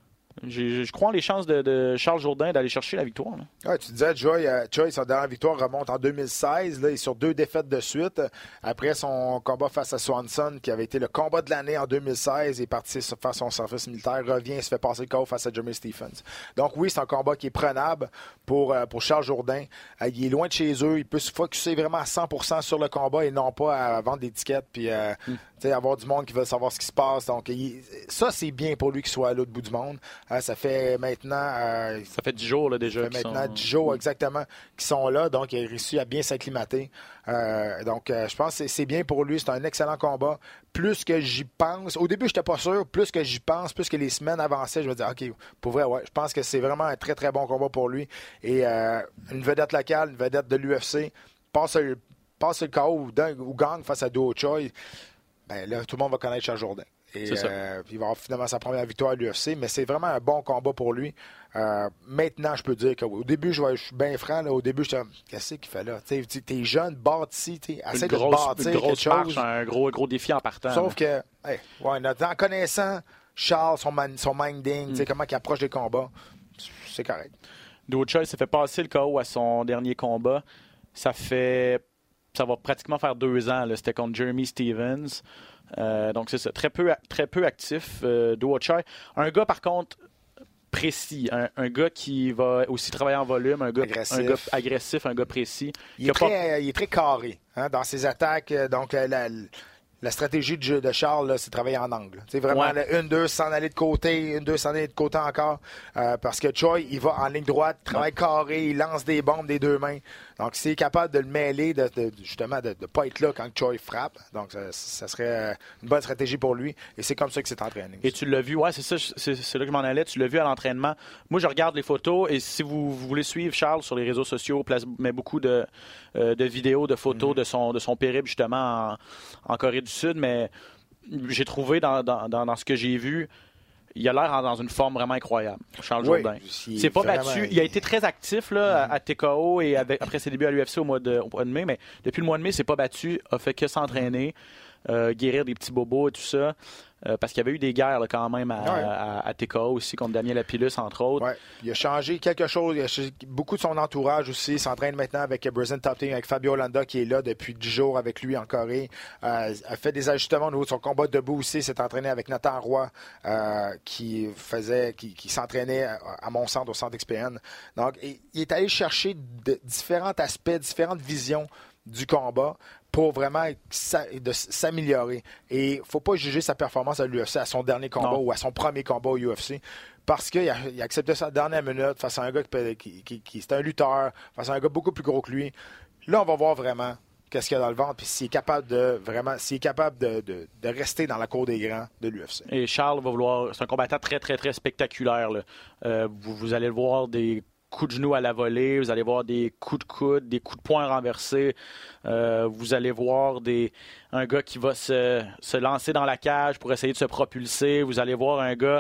les chances de Charles Jourdain d'aller chercher la victoire. Ouais, tu disais, Choi, sa dernière victoire remonte en 2016. Là, il est sur 2 défaites de suite. Après son combat face à Swanson, qui avait été le combat de l'année en 2016, il est parti faire son service militaire, revient, se fait passer le KO face à Jeremy Stephens. Donc oui, c'est un combat qui est prenable pour Charles Jourdain. Il est loin de chez eux. Il peut se focusser vraiment à 100% sur le combat et non pas à vendre des tickets puis avoir du monde qui veut savoir ce qui se passe. Donc ça, c'est bien pour lui qu'il soit à l'autre bout du monde. Ça fait maintenant... ça fait 10 jours là, déjà. Ça fait maintenant 10 jours exactement qu'ils sont là. Donc, il a réussi à bien s'acclimater. Je pense que c'est bien pour lui. C'est un excellent combat. Plus que j'y pense... Au début, je n'étais pas sûr. Plus que j'y pense, plus que les semaines avançaient, je me disais, OK, pour vrai, ouais. Je pense que c'est vraiment un très, très bon combat pour lui. Et une vedette locale, une vedette de l'UFC, passe le KO ou gagne face à Doo Ho Choi. Ben là, tout le monde va connaître Charles Jourdain. Et puis il va avoir finalement sa première victoire à l'UFC, mais c'est vraiment un bon combat pour lui. Maintenant, je peux dire qu'au début, je suis bien franc, là, au début, j'étais qu'est-ce qu'il fait là? T'es jeune, bâti, essaie de bâtir une grosse quelque chose. Marche, un gros défi en partant. Sauf que, en connaissant Charles, son minding, comment il approche des combats, c'est correct. Doo Ho Choi s'est fait passer le KO à son dernier combat. Ça va pratiquement faire 2 ans. C'était contre Jeremy Stephens. Donc, c'est ça. Très peu actif, Doo Ho Choi. Un gars, par contre, précis. Un gars qui va aussi travailler en volume. Un gars agressif, un gars précis. Il est très carré dans ses attaques. Donc, la stratégie de Charles, là, c'est travailler en angle. C'est vraiment 1-2 s'en aller de côté, 1-2 s'en aller de côté encore. Parce que Choi, il va en ligne droite, travaille carré, il lance des bombes des 2 mains. Donc, s'il est capable de le mêler, justement, de ne pas être là quand Choi frappe, donc ça serait une bonne stratégie pour lui. Et c'est comme ça qu'il s'est entraîné. Et tu l'as vu, c'est ça, c'est là que je m'en allais. Tu l'as vu à l'entraînement. Moi, je regarde les photos et si vous voulez suivre Charles sur les réseaux sociaux, met beaucoup de vidéos, de photos de son périple, justement, en Corée du Sud. Mais j'ai trouvé dans ce que j'ai vu, il a l'air dans une forme vraiment incroyable, Charles Jourdain. Il s'est pas battu. Il a été très actif là, à TKO et après ses débuts à l'UFC au mois de mai, mais depuis le mois de mai, il s'est pas battu, a fait que s'entraîner, guérir des petits bobos et tout ça. Parce qu'il y avait eu des guerres là, quand même à TKO aussi, contre Damien Lapillus, entre autres. Ouais. Il a changé quelque chose. Beaucoup de son entourage aussi. Il s'entraîne maintenant avec Brazilian Top Team, avec Fabio Landa, qui est là depuis 10 jours avec lui en Corée. A fait des ajustements au niveau de son combat debout aussi. Il s'est entraîné avec Nathan Roy, qui s'entraînait à mon centre, au centre XPN. Donc, il est allé chercher différents aspects, différentes visions du combat pour vraiment s'améliorer. Et il ne faut pas juger sa performance à l'UFC, à son dernier combat ou à son premier combat au UFC, parce qu'il a accepté sa dernière minute face à un gars qui c'est un lutteur, face à un gars beaucoup plus gros que lui. Là, on va voir vraiment qu'est-ce qu'il y a dans le ventre, puis s'il est capable de rester dans la cour des grands de l'UFC. Et Charles va vouloir... C'est un combattant très, très, très spectaculaire. Là. Vous allez le voir coups de genoux à la volée, vous allez voir des coups de coude, des coups de poing renversés. Vous allez voir un gars qui va se lancer dans la cage pour essayer de se propulser. Vous allez voir un gars...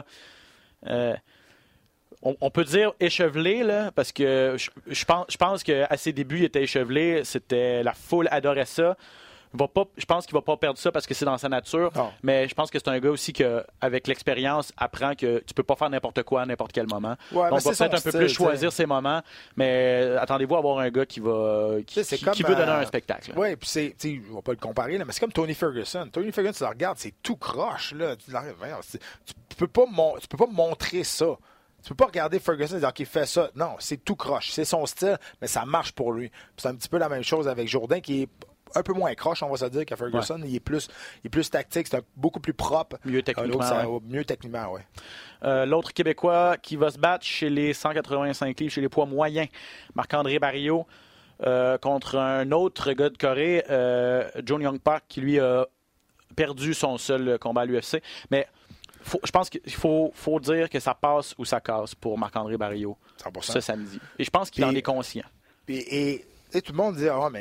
On peut dire échevelé, là, parce que je pense qu'à ses débuts, il était échevelé. La foule adorait ça. Je pense qu'il ne va pas perdre ça parce que c'est dans sa nature. Non. Mais je pense que c'est un gars aussi qui, avec l'expérience, apprend que tu ne peux pas faire n'importe quoi à n'importe quel moment. Ouais, donc, il va peut-être un peu plus choisir ses moments. Mais attendez-vous à avoir un gars qui veut donner un spectacle. Oui, puis je ne vais pas le comparer, là, mais c'est comme Tony Ferguson. Tony Ferguson, tu le regardes, c'est tout croche. Là. Tu ne peux pas montrer ça. Tu peux pas regarder Ferguson et dire qu'il fait ça. Non, c'est tout croche. C'est son style, mais ça marche pour lui. Puis c'est un petit peu la même chose avec Jourdain qui est un peu moins croche, on va se dire, qu'à Ferguson. Ouais. Il est plus tactique, c'est beaucoup plus propre. Mieux techniquement. Mieux techniquement, oui. L'autre Québécois qui va se battre chez les 185 livres, chez les poids moyens, Marc-André Barriault, contre un autre gars de Corée, Jun Young Park, qui lui a perdu son seul combat à l'UFC. Mais je pense qu'il faut dire que ça passe ou ça casse pour Marc-André Barriault 100%. Ce samedi. Et je pense qu'il en est conscient. Et tout le monde dit mais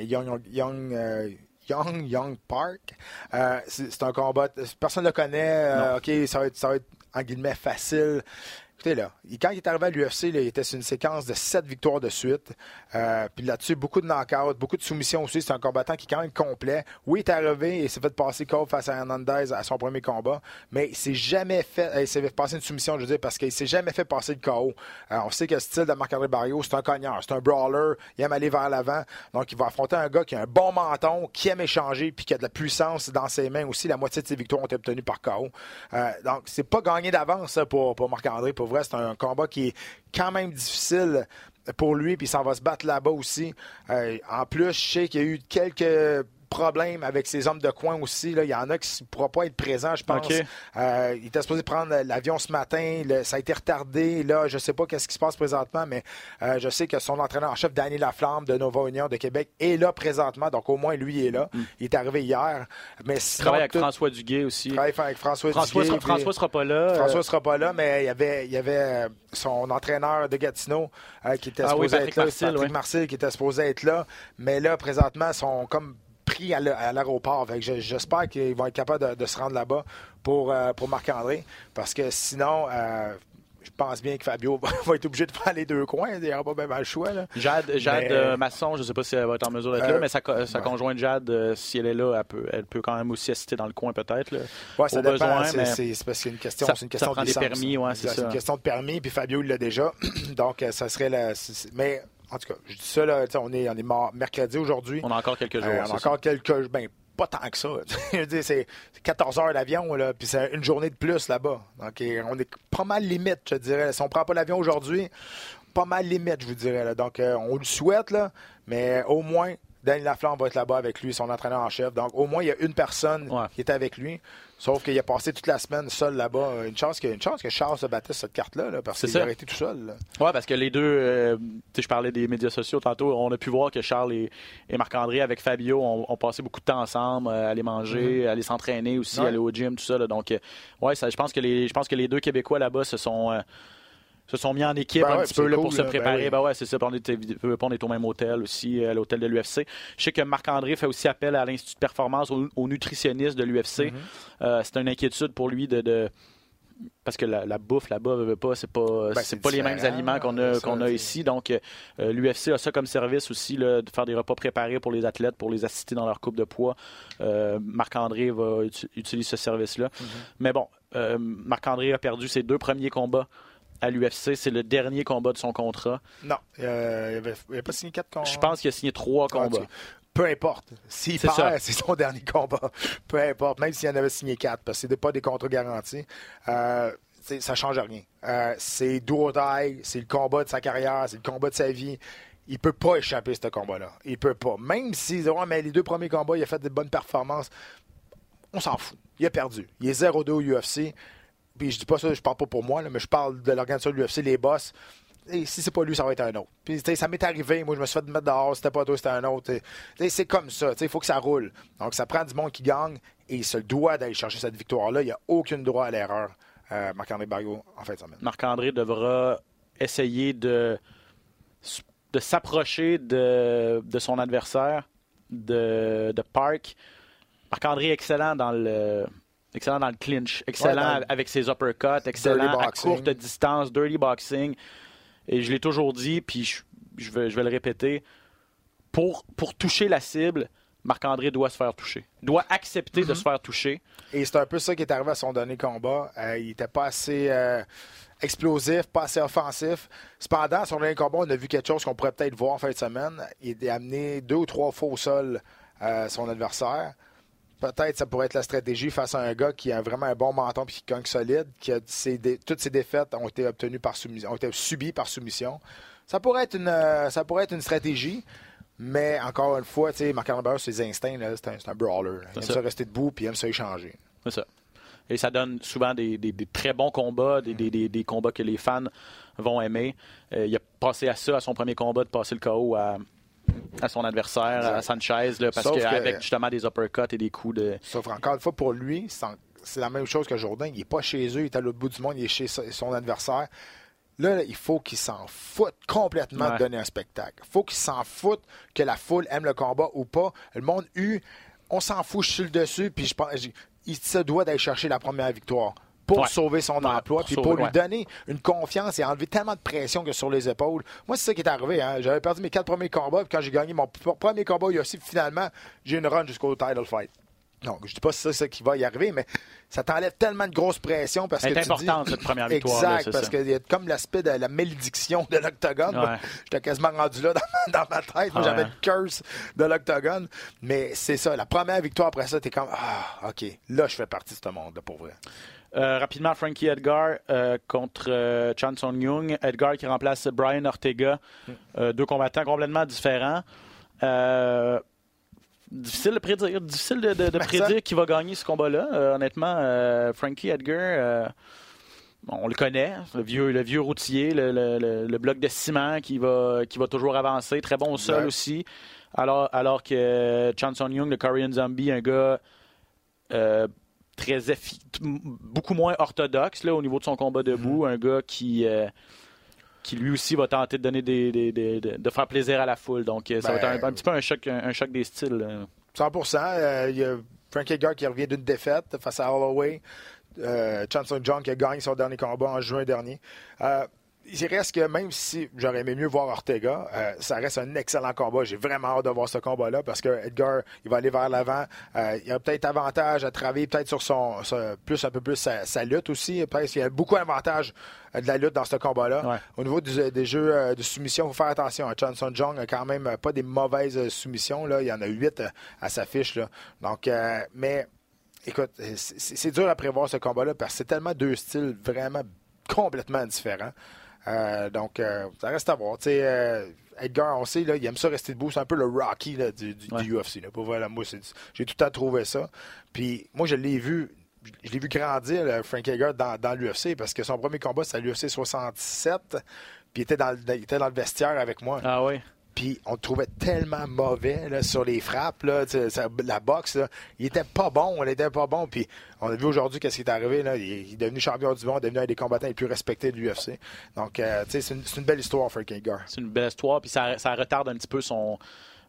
Young Park, c'est un combat, personne ne le connaît, OK, ça va être en guillemets facile. Écoutez, là, quand il est arrivé à l'UFC, il était sur une séquence de 7 victoires de suite. Puis là-dessus, beaucoup de knockouts, beaucoup de soumissions aussi. C'est un combattant qui est quand même complet. Oui, il est arrivé et il s'est fait passer KO face à Hernandez à son premier combat, mais il s'est fait passer une soumission, je veux dire, parce qu'il s'est jamais fait passer le KO. On sait que le style de Marc-André Barriault, c'est un cogneur, c'est un brawler, il aime aller vers l'avant. Donc, il va affronter un gars qui a un bon menton, qui aime échanger, puis qui a de la puissance dans ses mains aussi. La moitié de ses victoires ont été obtenues par KO. Donc, c'est pas gagné d'avance ça, pour Marc-André. Pour vrai, c'est un combat qui est quand même difficile pour lui, puis il s'en va se battre là-bas aussi. En plus, je sais qu'il y a eu quelques problèmes avec ses hommes de coin aussi. Là. Il y en a qui ne pourront pas être présents, je pense. Okay. Il était supposé prendre l'avion ce matin. Ça a été retardé. Là, je ne sais pas ce qui se passe présentement, mais je sais que son entraîneur en chef, Danny Laflamme, de Nova Union de Québec, est là présentement. Donc, au moins, lui, il est là. Il est arrivé hier. Mais il travaille avec François Duguay aussi. Il travaille avec François Duguay. François ne sera pas là. François ne sera pas là, mais il y avait son entraîneur de Gatineau qui était supposé être là. Patrick Marcel qui était supposé être là. Mais là, présentement, sont comme pris à l'aéroport. J'espère qu'ils vont être capables de se rendre là-bas pour Marc-André, parce que sinon, je pense bien que Fabio va être obligé de faire les deux coins. Il n'y aura pas bien le choix. Là. Jade Masson, je ne sais pas si elle va être en mesure d'être là, mais sa conjointe Jade, si elle est là, elle peut quand même aussi assister dans le coin peut-être. Oui, ça dépend. C'est parce qu'il y a une question, c'est une question de licence. Des permis, c'est ça. C'est une question de permis, puis Fabio, il l'a déjà. Donc, ça serait mais en tout cas, je dis ça, là, on est mercredi aujourd'hui. On a encore quelques jours. On a encore quelques... pas tant que ça. Je veux dire, c'est 14 heures d'avion, là, puis c'est une journée de plus là-bas. Donc, on est pas mal limite, je dirais. Si on prend pas l'avion aujourd'hui, pas mal limite, je vous dirais. Là. Donc, on le souhaite, là, mais au moins, Danny Laflamme va être là-bas avec lui, son entraîneur en chef. Donc, au moins, il y a une personne qui est avec lui. Sauf qu'il a passé toute la semaine seul là-bas. Une chance que Charles se battait cette carte-là, là, parce qu'il a été tout seul. Oui, parce que les deux, je parlais des médias sociaux tantôt, on a pu voir que Charles et Marc-André, avec Fabio, ont passé beaucoup de temps ensemble, aller manger, aller s'entraîner aussi, aller au gym, tout ça. Là. Donc, je pense que les deux Québécois là-bas se sont mis en équipe un petit peu là, pour se préparer. Oui. C'est ça. On est au même hôtel aussi, à l'hôtel de l'UFC. Je sais que Marc-André fait aussi appel à l'Institut de performance, au nutritionniste de l'UFC. C'est une inquiétude pour lui parce que la bouffe là-bas, c'est pas les mêmes aliments qu'on a ici. Donc, l'UFC a ça comme service aussi, là, de faire des repas préparés pour les athlètes, pour les assister dans leur coupe de poids. Marc-André va utiliser ce service-là. Mais bon, Marc-André a perdu ses 2 premiers combats à l'UFC. C'est le dernier combat de son contrat. Non, il n'avait pas signé 4 combats. Je pense qu'il a signé 3 combats. Peu importe. S'il perd, c'est son dernier combat. Peu importe, même s'il en avait signé 4, parce que ce n'est pas des contrats garantis. Ça ne change rien. C'est do or die, c'est le combat de sa carrière, c'est le combat de sa vie. Il ne peut pas échapper ce combat-là. Il ne peut pas. Même s'il dit mais les 2 premiers combats, il a fait de bonnes performances, on s'en fout. Il a perdu. Il est 0-2 au UFC. Puis je dis pas ça, je parle pas pour moi, là, mais je parle de l'organisation de l'UFC, les boss. Et si c'est pas lui, ça va être un autre. Puis ça m'est arrivé, moi je me suis fait mettre dehors, c'était pas toi, c'était un autre. C'est comme ça, il faut que ça roule. Donc ça prend du monde qui gagne et il se doit d'aller chercher cette victoire-là. Il n'y a aucun droit à l'erreur, Marc-André Barriault, en fin de semaine. Marc-André devra essayer de de s'approcher de son adversaire, de Park. Marc-André excellent dans le clinch, excellent avec ses uppercuts, excellent à courte distance, dirty boxing. Et je l'ai toujours dit, puis je vais le répéter, pour toucher la cible, Marc-André doit se faire toucher. Doit accepter de se faire toucher. Et c'est un peu ça qui est arrivé à son dernier combat. Il n'était pas assez explosif, pas assez offensif. Cependant, à son dernier combat, on a vu quelque chose qu'on pourrait peut-être voir en fin de semaine. Il a amené 2 ou 3 fois au sol son adversaire. Peut-être ça pourrait être la stratégie face à un gars qui a vraiment un bon menton et qui gagne solide, toutes ses défaites ont été obtenues par soumission, ont été subies par soumission. Ça pourrait être une stratégie. Mais encore une fois, Marc-André, ses instincts, là, c'est un brawler. Il aime ça rester debout puis il aime ça échanger. C'est ça. Et ça donne souvent des très bons combats, des combats que les fans vont aimer. Il a passé à ça, à son premier combat, de passer le KO à son adversaire, exact, à Sanchez, là, parce qu'avec justement des uppercuts et des coups de... Sauf encore une fois, pour lui, c'est la même chose que Jourdain. Il n'est pas chez eux, il est à l'autre bout du monde, il est chez son adversaire. Là, il faut qu'il s'en foute complètement de donner un spectacle. Il faut qu'il s'en foute que la foule aime le combat ou pas. Le monde on s'en fout, je suis le dessus, puis il se doit d'aller chercher la première victoire pour sauver son emploi, puis pour lui donner une confiance et enlever tellement de pression que sur les épaules. Moi, c'est ça qui est arrivé. Hein. J'avais perdu mes 4 premiers combats, puis quand j'ai gagné mon premier combat, il y a aussi, finalement, j'ai une run jusqu'au title fight. Donc, je ne dis pas si c'est ça qui va y arriver, mais ça t'enlève tellement de grosse pression parce que c'est important, cette première victoire. Exact, parce qu'il y a comme l'aspect de la malédiction de l'octogone. Ouais. J'étais quasiment rendu là dans ma tête. Moi, j'avais le curse de l'octogone. Mais c'est ça, la première victoire après ça, t'es comme, OK, là, je fais partie de ce monde-là, pour vrai. Rapidement, Frankie Edgar contre Chan Sung Jung. Edgar qui remplace Brian Ortega. 2 combattants complètement différents. Difficile de prédire, de prédire qui va gagner ce combat-là. Honnêtement, Frankie Edgar, on le connaît, le vieux routier, le bloc de ciment qui va toujours avancer, très bon au sol aussi. Alors que Chan Sung Jung, le Korean Zombie, un gars beaucoup moins orthodoxe là, au niveau de son combat debout, un gars qui lui aussi va tenter de donner de faire plaisir à la foule. Donc, ça va être un petit peu un choc des styles. 100%. Il y a Frankie Edgar qui revient d'une défaite face à Holloway. Chan Sung Jung qui a gagné son dernier combat en juin dernier. Il reste que même si j'aurais aimé mieux voir Ortega, ça reste un excellent combat. J'ai vraiment hâte de voir ce combat-là parce que Edgar, il va aller vers l'avant. Il a peut-être avantage à travailler peut-être sur un peu plus sa lutte aussi. Peut-être qu'il y a beaucoup d'avantages de la lutte dans ce combat-là. Ouais. Au niveau des jeux de soumission, il faut faire attention. Chan Sung Jung n'a quand même pas des mauvaises soumissions. Là. Il y en a 8 à sa fiche. Là. Donc, mais écoute, c'est dur à prévoir ce combat-là parce que c'est tellement 2 styles vraiment complètement différents. Donc, ça reste à voir. Edgar, on sait, là, il aime ça rester debout. C'est un peu le Rocky là, du UFC. Là. Pour vrai, là, moi, j'ai tout le temps trouvé ça. Puis, moi, je l'ai vu grandir, Frankie Edgar, dans l'UFC parce que son premier combat, c'est à l'UFC 67. Puis, il était dans le vestiaire avec moi. Ah oui. Puis on le trouvait tellement mauvais là, sur les frappes, là, la boxe. Là, il était pas bon, Puis on a vu aujourd'hui qu'est-ce qui est arrivé. Là, il est devenu champion du monde, devenu un des combattants les plus respectés de l'UFC. Donc, c'est une belle histoire, Frankie Edgar. C'est une belle histoire, puis ça retarde un petit peu son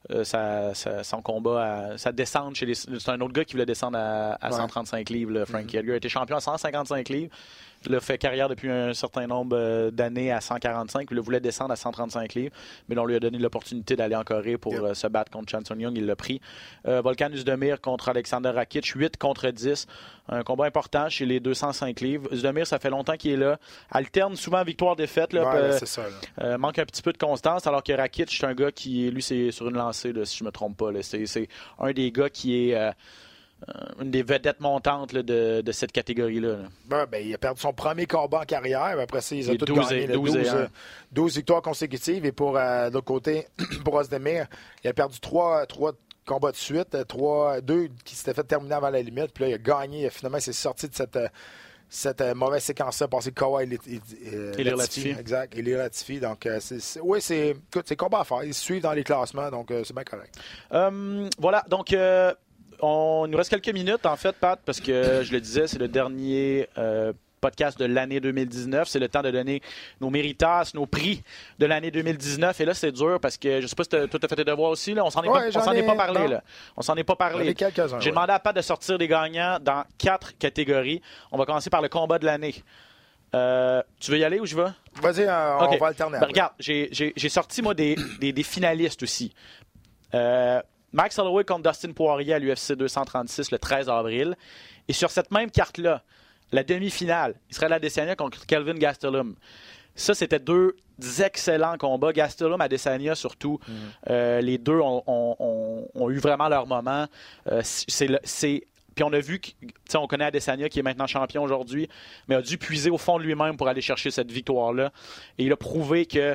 combat, sa descente chez c'est un autre gars qui voulait descendre à 135 livres, là, Frankie Edgar. Il a été champion à 155 livres. Il a fait carrière depuis un certain nombre d'années à 145. Puis il voulait descendre à 135 livres. Mais là, on lui a donné l'opportunité d'aller en Corée pour se battre contre Chan Sung Jung. Il l'a pris. Volkan Oezdemir contre Alexander Rakic, 8 contre 10. Un combat important chez les 205 livres. Oezdemir, ça fait longtemps qu'il est là. Alterne souvent victoire-défaite. C'est ça. Là. Manque un petit peu de constance. Alors que Rakic, c'est un gars qui, lui, c'est sur une lancée, là, si je ne me trompe pas. Là. C'est un des gars qui est... une des vedettes montantes là, de cette catégorie-là. Il a perdu son premier combat en carrière. Après ça, ils ont tous gagné 12 victoires consécutives. Et pour de l'autre côté, pour Oezdemir, il a perdu 3 combats de suite. 2 qui s'étaient fait terminer avant la limite. Puis là, il a gagné. Finalement, il s'est sorti de cette mauvaise séquence-là, passé Kawhi et Latifi. Exact, et les Latifi. Donc, c'est combat à faire. Ils se suivent dans les classements, donc c'est bien correct. Voilà, donc... il nous reste quelques minutes, en fait, Pat, parce que, je le disais, c'est le dernier podcast de l'année 2019. C'est le temps de donner nos méritas, nos prix de l'année 2019. Et là, c'est dur parce que je ne sais pas si toi, tu as fait tes devoirs aussi. Là. On s'en est pas parlé. Là. On s'en est pas parlé. J'ai demandé à Pat de sortir des gagnants dans 4 catégories. On va commencer par le combat de l'année. Tu veux y aller ou je vais? Vas-y, on va alterner. Regarde, j'ai sorti, moi, des finalistes aussi. Max Holloway contre Dustin Poirier à l'UFC 236 le 13 avril. Et sur cette même carte-là, la demi-finale, Israel Adesanya contre Kelvin Gastelum. Ça, c'était 2 excellents combats. Gastelum, Adesanya surtout. Les deux ont eu vraiment leur moment. Puis on a vu on connaît Adesanya qui est maintenant champion aujourd'hui, mais a dû puiser au fond de lui-même pour aller chercher cette victoire-là. Et il a prouvé que,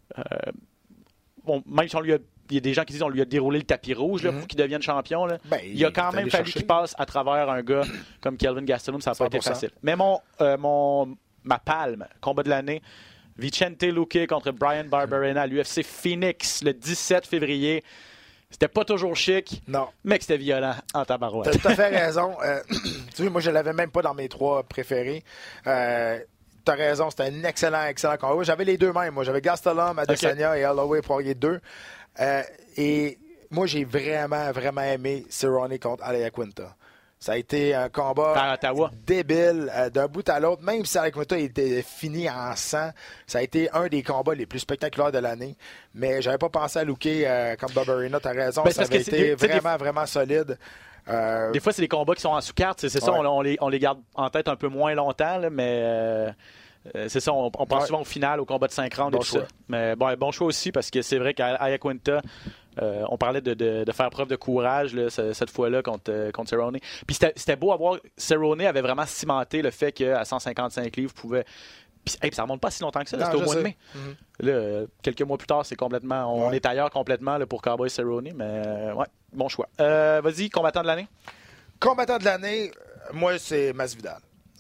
même si il y a des gens qui disent qu'on lui a déroulé le tapis rouge là, pour qu'il devienne champion, là, il a quand même fallu qu'il passe à travers un gars comme Kelvin Gastelum. Ça n'a pas été facile. Mais ma palme, combat de l'année, Vicente Luque contre Brian Barberena à l'UFC Phoenix le 17 février. C'était pas toujours chic, mais que c'était violent en tabarouette. T'as tout à fait raison. Tu vois, moi, je l'avais même pas dans mes 3 préférés. T'as raison, c'était un excellent combat. J'avais les deux mêmes. Moi, j'avais Gastelum, Adesanya et Holloway Poirier 2. Et moi, j'ai vraiment aimé Cerrone contre Al Iaquinta. Ça a été un combat débile d'un bout à l'autre. Même si Al Iaquinta était fini en sang, ça a été un des combats les plus spectaculaires de l'année. Mais j'avais pas pensé à Luque comme Barberena. T'as raison, ça avait été vraiment solide. Des fois, c'est des combats qui sont en sous-carte. C'est ça, on les garde en tête un peu moins longtemps, là, mais... c'est ça, on pense souvent au final, au combat de 5 rounds et tout ça. Mais bon choix aussi, parce que c'est vrai qu'à Iaquinta, on parlait de faire preuve de courage là, cette fois-là contre Cerrone. Puis c'était beau à voir. Cerrone avait vraiment cimenté le fait qu'à 155 livres, pouvait... Puis ça remonte pas si longtemps que ça, c'était au mois de mai. Là, quelques mois plus tard, c'est complètement... On est ailleurs complètement là, pour Cowboy Cerrone, mais bon choix. Vas-y, combattant de l'année? Combattant de l'année, moi, c'est Masvidal.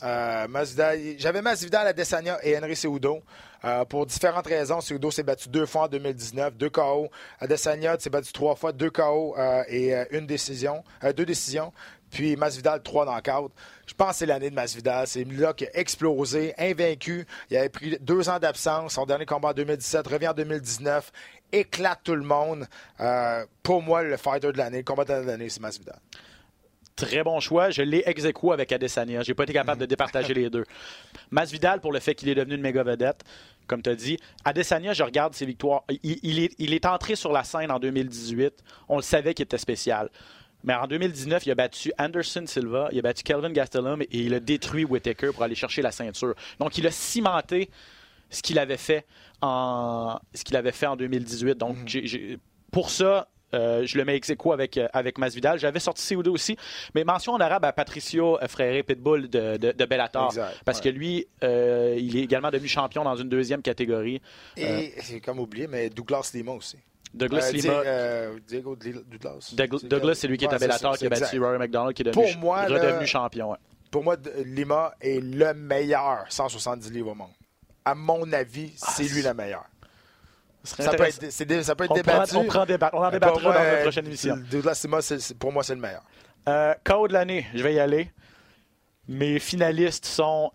J'avais Masvidal, Adesanya et Henry Cejudo. Pour différentes raisons, Cejudo s'est battu 2 fois en 2019, 2 KO. Adesanya s'est battu 3 fois, 2 KO et 2 décisions. Puis Masvidal, 3 knockouts. Je pense que c'est l'année de Masvidal. C'est là qu'il a explosé, invaincu. Il avait pris 2 ans d'absence. Son dernier combat en 2017, revient en 2019, éclate tout le monde. Pour moi, le fighter de l'année, le combattant de l'année, c'est Masvidal. Très bon choix. Je l'ai ex-aequo avec Adesanya. J'ai pas été capable de départager les deux. Masvidal, pour le fait qu'il est devenu une méga vedette, comme tu as dit. Adesanya, je regarde ses victoires. Il est entré sur la scène en 2018. On le savait qu'il était spécial. Mais en 2019, il a battu Anderson Silva, il a battu Kelvin Gastelum et il a détruit Whittaker pour aller chercher la ceinture. Donc, il a cimenté ce qu'il avait fait en 2018. Donc, pour ça... je le mets ex-aequo avec Masvidal. J'avais sorti Cejudo aussi. Mais mention en arabe à Patricio Freire Pitbull de Bellator. Exact, parce que lui, il est également devenu champion dans une 2e catégorie. Et c'est comme oublié, mais Douglas Lima aussi. Douglas Lima. Diego Douglas. Douglas, c'est lui qui est à Bellator, qui a battu Rory McDonald, qui est redevenu champion. Ouais. Pour moi, Lima est le meilleur 170 livres au monde. À mon avis, c'est lui le meilleur. Ça peut être débattu. On en débattra dans notre prochaine émission. Douglas Lima, pour moi, c'est le meilleur. KO de l'année, je vais y aller. Mes finalistes sont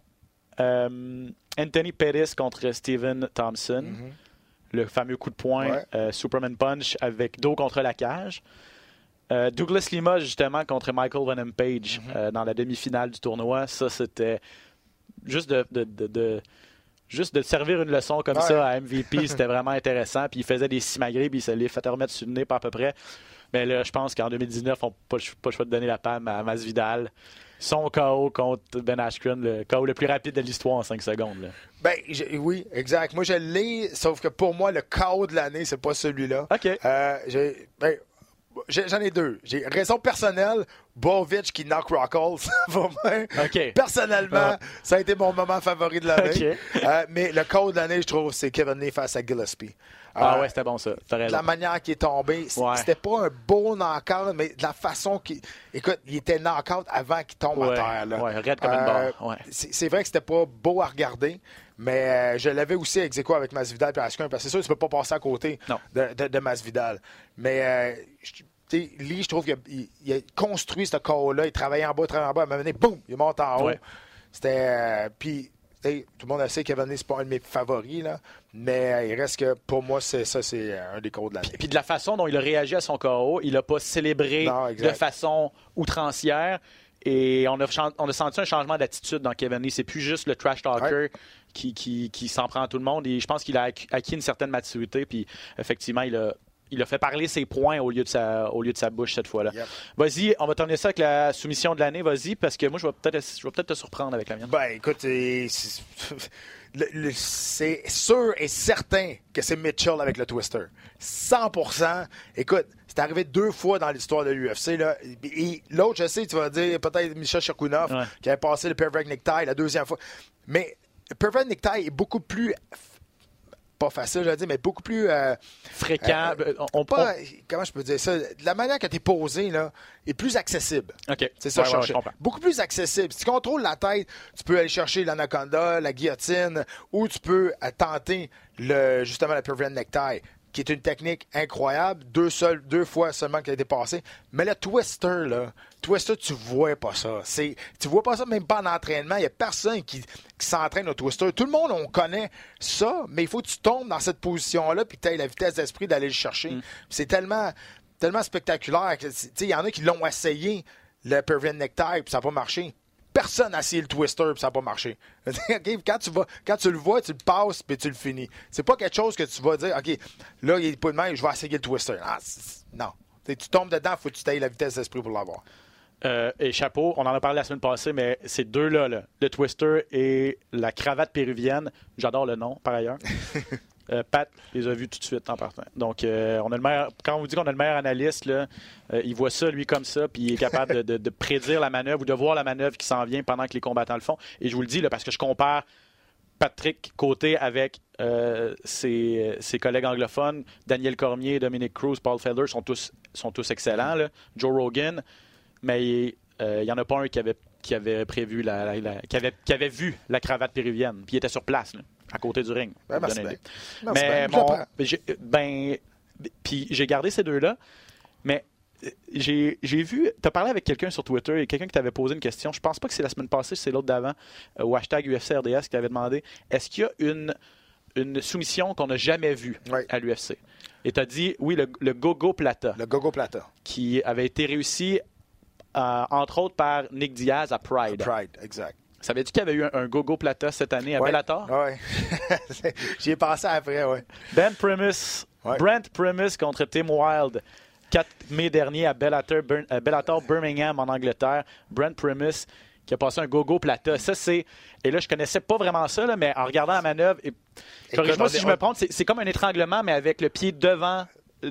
Anthony Pettis contre Stephen Thompson. Le fameux coup de poing Superman Punch avec dos contre la cage. Douglas Lima, justement, contre Michael Venom Page dans la demi-finale du tournoi. Ça, c'était juste juste de servir une leçon comme ça à MVP, c'était vraiment intéressant. Puis il faisait des simagrées, puis il se les fait remettre sur le nez pas à peu près. Mais là, je pense qu'en 2019, on n'a pas le choix de donner la palme à Masvidal. Son KO contre Ben Askren, le KO le plus rapide de l'histoire en 5 secondes. Là. Oui, exact. Moi, je l'ai, sauf que pour moi, le KO de l'année, c'est pas celui-là. OK. J'en ai 2. J'ai raison personnelle, Bovic qui knock Rockhold. Personnellement, ça a été mon moment favori de l'année. Mais le KO de l'année, je trouve, c'est Kevin Lee face à Gillespie. C'était bon ça. T'as raison. La manière qu'il est tombé, c'était pas un beau knock-out, mais de la façon qu'il... Écoute, il était knock-out avant qu'il tombe à terre. Là. Raide comme une barre. C'est vrai que c'était pas beau à regarder, mais je l'avais aussi ex-aequo avec Masvidal et Askren, parce que c'est sûr que tu peux pas passer à côté de Masvidal. Mais... Lee, je trouve qu'il a construit ce KO-là. Il travaillait en bas, à un moment donné, boum, il monte en haut. C'était... Puis, tout le monde sait que Kevin Lee, c'est pas un de mes favoris, là, mais il reste que, pour moi, c'est un des cours de l'année. Puis de la façon dont il a réagi à son KO, il n'a pas célébré de façon outrancière. Et on a senti un changement d'attitude dans Kevin Lee. C'est plus juste le trash talker qui s'en prend à tout le monde. Et je pense qu'il a acquis une certaine maturité. Puis effectivement, il a fait parler ses points au lieu de sa bouche cette fois-là. Yep. Vas-y, on va terminer ça avec la soumission de l'année. Vas-y, parce que moi, je vais peut-être te surprendre avec la mienne. Ben, écoute, c'est sûr et certain que c'est Mitchell avec le Twister. 100%. Écoute, c'est arrivé 2 fois dans l'histoire de l'UFC. Là. Et l'autre, je sais, tu vas dire peut-être Misha Shakunov qui avait passé le Perfect Necktie la 2e fois. Mais le Perfect Necktie est beaucoup plus... pas facile, je veux dire, mais beaucoup plus... fréquent. Comment je peux dire ça? La manière que tu es posé là, est plus accessible. OK. C'est ça, je comprends. Beaucoup plus accessible. Si tu contrôles la tête, tu peux aller chercher l'anaconda, la guillotine, ou tu peux tenter justement le Perfect Necktie, qui est une technique incroyable. 2 fois seulement qu'elle a été passée. Mais le Twister, tu vois pas ça. Tu vois pas ça même pas en entraînement. Il n'y a personne qui s'entraîne au Twister. Tout le monde, on connaît ça, mais il faut que tu tombes dans cette position-là puis que tu aies la vitesse d'esprit d'aller le chercher. C'est tellement spectaculaire. Il y en a qui l'ont essayé, le Perfect Necktie, puis ça n'a pas marché. Personne n'a essayé le Twister puis ça n'a pas marché. Quand tu le vois, tu le passes puis tu le finis. C'est pas quelque chose que tu vas dire, OK, là, il n'est pas de même, je vais essayer le Twister. Non. Tu tombes dedans, il faut que tu aies la vitesse d'esprit pour l'avoir. Et chapeau, on en a parlé la semaine passée, mais ces deux-là, le Twister et la cravate péruvienne, j'adore le nom, par ailleurs. Pat les a vus tout de suite en partant. Donc, quand on vous dit qu'on a le meilleur analyste, là, il voit ça, lui, comme ça, puis il est capable de prédire la manœuvre ou de voir la manœuvre qui s'en vient pendant que les combattants le font. Et je vous le dis, là, parce que je compare Patrick Côté avec ses collègues anglophones, Daniel Cormier, Dominic Cruz, Paul Felder sont tous excellents. Là. Joe Rogan, mais il n'y en a pas un qui avait prévu qui avait vu la cravate péruvienne, puis il était sur place, là, à côté du ring. Merci puis j'ai gardé ces deux-là, mais j'ai vu, tu as parlé avec quelqu'un sur Twitter et quelqu'un qui t'avait posé une question. Je pense pas que c'est la semaine passée, c'est l'autre d'avant, au hashtag UFCRDS qui t'avait demandé est-ce qu'il y a une soumission qu'on n'a jamais vue à l'UFC? Et tu as dit oui, le Gogo Plata. Le Gogo Plata. Qui avait été réussi, entre autres, par Nick Diaz à Pride. Pride, exact. Savais-tu qu'il y avait eu un Gogo Plata cette année à Bellator? Oui. J'y ai pensé après, oui. Brent Primus contre Tim Wilde. 4 mai dernier à Bellator Birmingham en Angleterre. Brent Primus qui a passé un Gogo Plata. Ça, et là, je connaissais pas vraiment ça, là, mais en regardant la manœuvre, corrige-moi si je me trompe, c'est comme un étranglement, mais avec le pied devant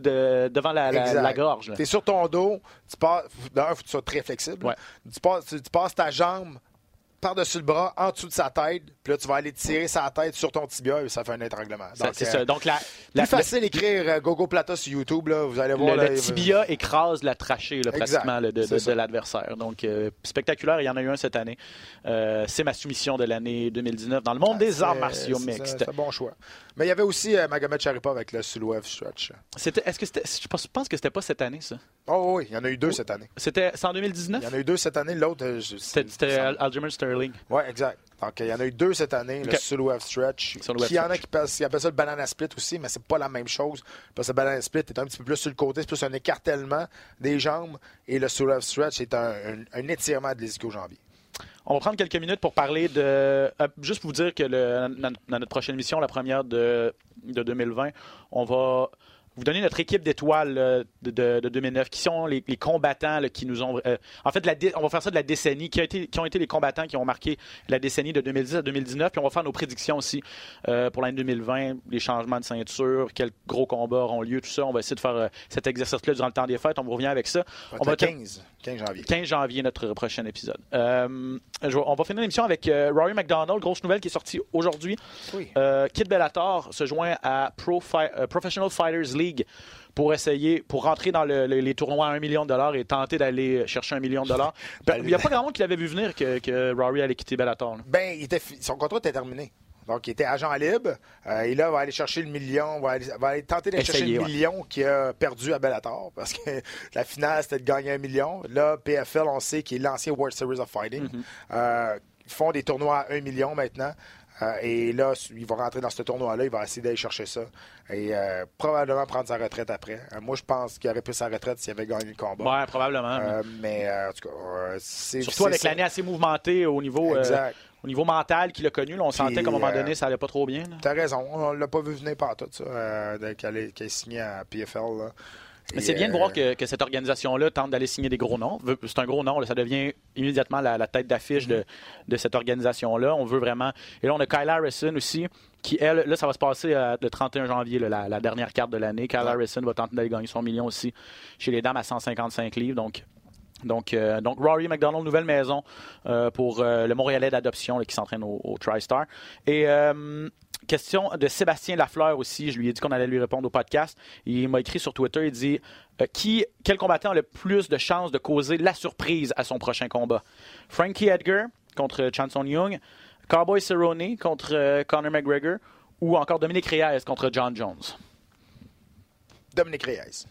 la gorge. Tu es sur ton dos, d'un, il faut que tu sois très flexible. Ouais. Tu passes ta jambe par-dessus le bras, en dessous de sa tête, puis là, tu vas aller tirer sa tête sur ton tibia et ça fait un étranglement. C'est ça. Donc, plus facile d'écrire Gogo Plata sur YouTube, là, vous allez voir. Le tibia écrase la trachée, là, pratiquement, de l'adversaire. Donc, spectaculaire, il y en a eu un cette année. C'est ma soumission de l'année 2019 dans le monde des arts martiaux mixtes. C'est un bon choix. Mais il y avait aussi Magomed Sharipov avec le Sulwev Stretch. Je pense que c'était pas cette année, ça. Oh oui, il y en a eu 2 cette année. C'est en 2019? Il y en a eu 2 cette année. L'autre, c'était Aljamain Sterling. Oui, exact. Donc, il y en a eu 2 cette année, le Sulwev Stretch. Il y en a qui appellent ça le banana split aussi, mais c'est pas la même chose. Parce que le banana split est un petit peu plus sur le côté, c'est plus un écartèlement des jambes. Et le Sulwev Stretch est un étirement de l'ischio-jambier. On va prendre quelques minutes pour parler juste pour vous dire que dans notre prochaine émission, la première de 2020, on va vous donner notre équipe d'étoiles de 2009, qui sont les combattants qui nous ont... en fait, on va faire ça de la décennie, qui ont été les combattants qui ont marqué la décennie de 2010 à 2019, puis on va faire nos prédictions aussi pour l'année 2020, les changements de ceinture, quels gros combats auront lieu, tout ça. On va essayer de faire cet exercice-là durant le temps des fêtes. On vous revient avec ça. On va 15 janvier. 15 janvier, notre prochain épisode. On va finir l'émission avec Rory McDonald, grosse nouvelle qui est sortie aujourd'hui. Oui. Kid Bellator se joint à Professional Fighters League pour rentrer dans les tournois à $1 million et tenter d'aller chercher $1 million. Il n'y a pas grand monde qui l'avait vu venir que Rory allait quitter Bellator. Son contrat était terminé. Donc, il était agent libre. Et là, il va aller chercher le million. Va aller tenter d'aller chercher le million qu'il a perdu à Bellator. Parce que la finale, c'était de gagner $1 million. Là, PFL, on sait qu'il est l'ancien World Series of Fighting. font des tournois à 1 million maintenant. Et là, il va rentrer dans ce tournoi-là, il va essayer d'aller chercher ça. Et probablement prendre sa retraite après. Moi, je pense qu'il aurait pris sa retraite s'il avait gagné le combat. Ouais, probablement. Mais en tout cas, surtout avec l'année assez mouvementée au niveau mental qu'il a connu. Là, on sentait qu'à un moment donné, ça allait pas trop bien. T'as raison, on l'a pas vu venir par tout ça, qu'il ait signé à PFL. Là. Mais c'est bien de voir que cette organisation-là tente d'aller signer des gros noms. C'est un gros nom, là, ça devient immédiatement la tête d'affiche de cette organisation-là. On veut vraiment... Et là, on a Kyle Harrison aussi, qui, elle, là, ça va se passer le 31 janvier, là, la dernière carte de l'année. Kyle Harrison va tenter d'aller gagner son million aussi chez les dames à 155 livres. Donc, Rory McDonald, nouvelle maison pour le Montréalais d'adoption là, qui s'entraîne au TriStar. Et question de Sébastien Lafleur aussi. Je lui ai dit qu'on allait lui répondre au podcast. Il m'a écrit sur Twitter. Il dit quel combattant a le plus de chances de causer la surprise à son prochain combat? Frankie Edgar contre Chanson Young, Cowboy Cerrone contre Conor McGregor ou encore Dominique Reyes contre John Jones? Dominique Reyes.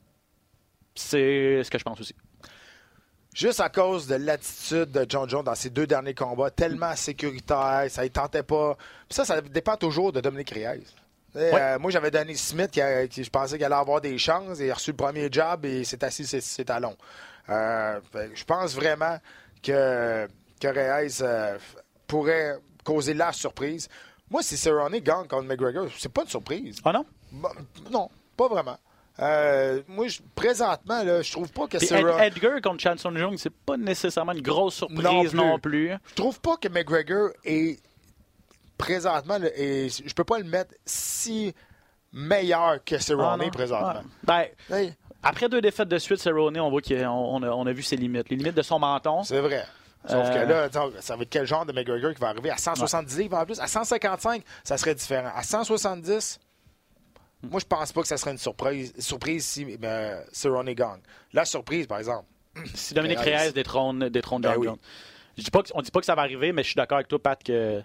C'est ce que je pense aussi. Juste à cause de l'attitude de John Jones dans ses 2 derniers combats, tellement sécuritaire, ça ne tentait pas. Puis ça dépend toujours de Dominique Reyes. Moi, j'avais donné Smith, qui je pensais qu'il allait avoir des chances. Il a reçu le premier job et s'est assis sur ses talons. Je pense vraiment que Reyes pourrait causer la surprise. Moi, si Cerrone gagne contre McGregor, c'est pas une surprise. Ah non? Non, pas vraiment. Moi, présentement, là, je trouve pas que Edgar contre Chanson Young, c'est pas nécessairement une grosse surprise non plus. Je trouve pas que McGregor est présentement, et je peux pas le mettre si meilleur que Cerrone présentement. Après 2 défaites de suite, Cerrone, on voit qu'on a vu ses limites. Les limites de son menton. C'est vrai. Sauf que là, ça va être quel genre de McGregor qui va arriver à 170 livres en plus? À 155, ça serait différent. À 170... Moi, je pense pas que ça serait une surprise si Cerrone gagne. La surprise, par exemple. Si Dominique Reyes détrône John Jones. On dit pas que ça va arriver, mais je suis d'accord avec toi, Pat, que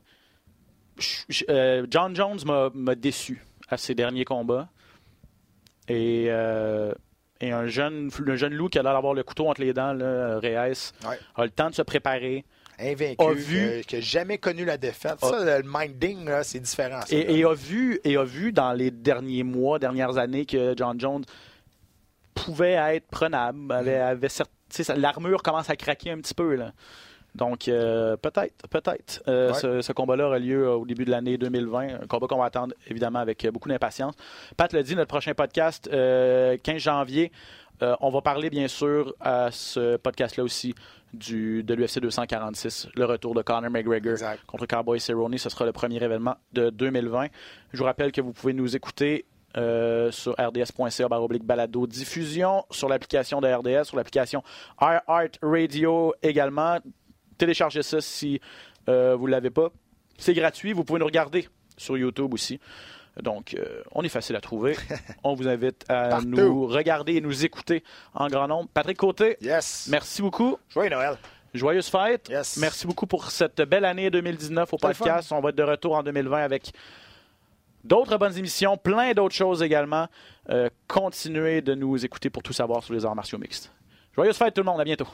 John Jones m'a déçu à ses derniers combats. Et un jeune loup qui a l'air d'avoir le couteau entre les dents, là, Reyes, a le temps de se préparer. Invaincu, qui n'a jamais connu la défaite. Ça, le minding, là, c'est différent. Ça, et a vu dans les derniers mois, dernières années, que John Jones pouvait être prenable. L'armure commence à craquer un petit peu. Là. Donc, peut-être. Ce combat-là aura lieu au début de l'année 2020. Un combat qu'on va attendre, évidemment, avec beaucoup d'impatience. Pat l'a dit, notre prochain podcast, 15 janvier, on va parler, bien sûr, à ce podcast-là aussi, de l'UFC 246, le retour de Conor McGregor contre Cowboy Cerrone. Ce sera le premier événement de 2020. Je vous rappelle que vous pouvez nous écouter sur rds.ca/balado diffusion, sur l'application de RDS, sur l'application iHeart Radio également. Téléchargez ça si vous ne l'avez pas. C'est gratuit. Vous pouvez nous regarder sur YouTube aussi. Donc, on est facile à trouver. On vous invite à nous regarder et nous écouter en grand nombre. Patrick Côté, merci beaucoup. Joyeux Noël. Joyeuse fête. Yes. Merci beaucoup pour cette belle année 2019 au podcast. On va être de retour en 2020 avec d'autres bonnes émissions, plein d'autres choses également. Continuez de nous écouter pour tout savoir sur les arts martiaux mixtes. Joyeuse fête tout le monde. À bientôt.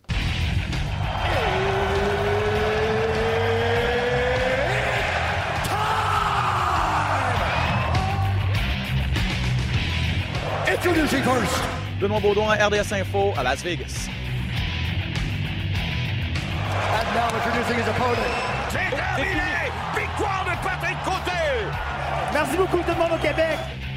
Introducing first. Benoît Baudouin, RDS Info à Las Vegas. And now introducing his opponent. C'est terminé! Victoire de Patrick Côté! Merci beaucoup tout le monde au Québec!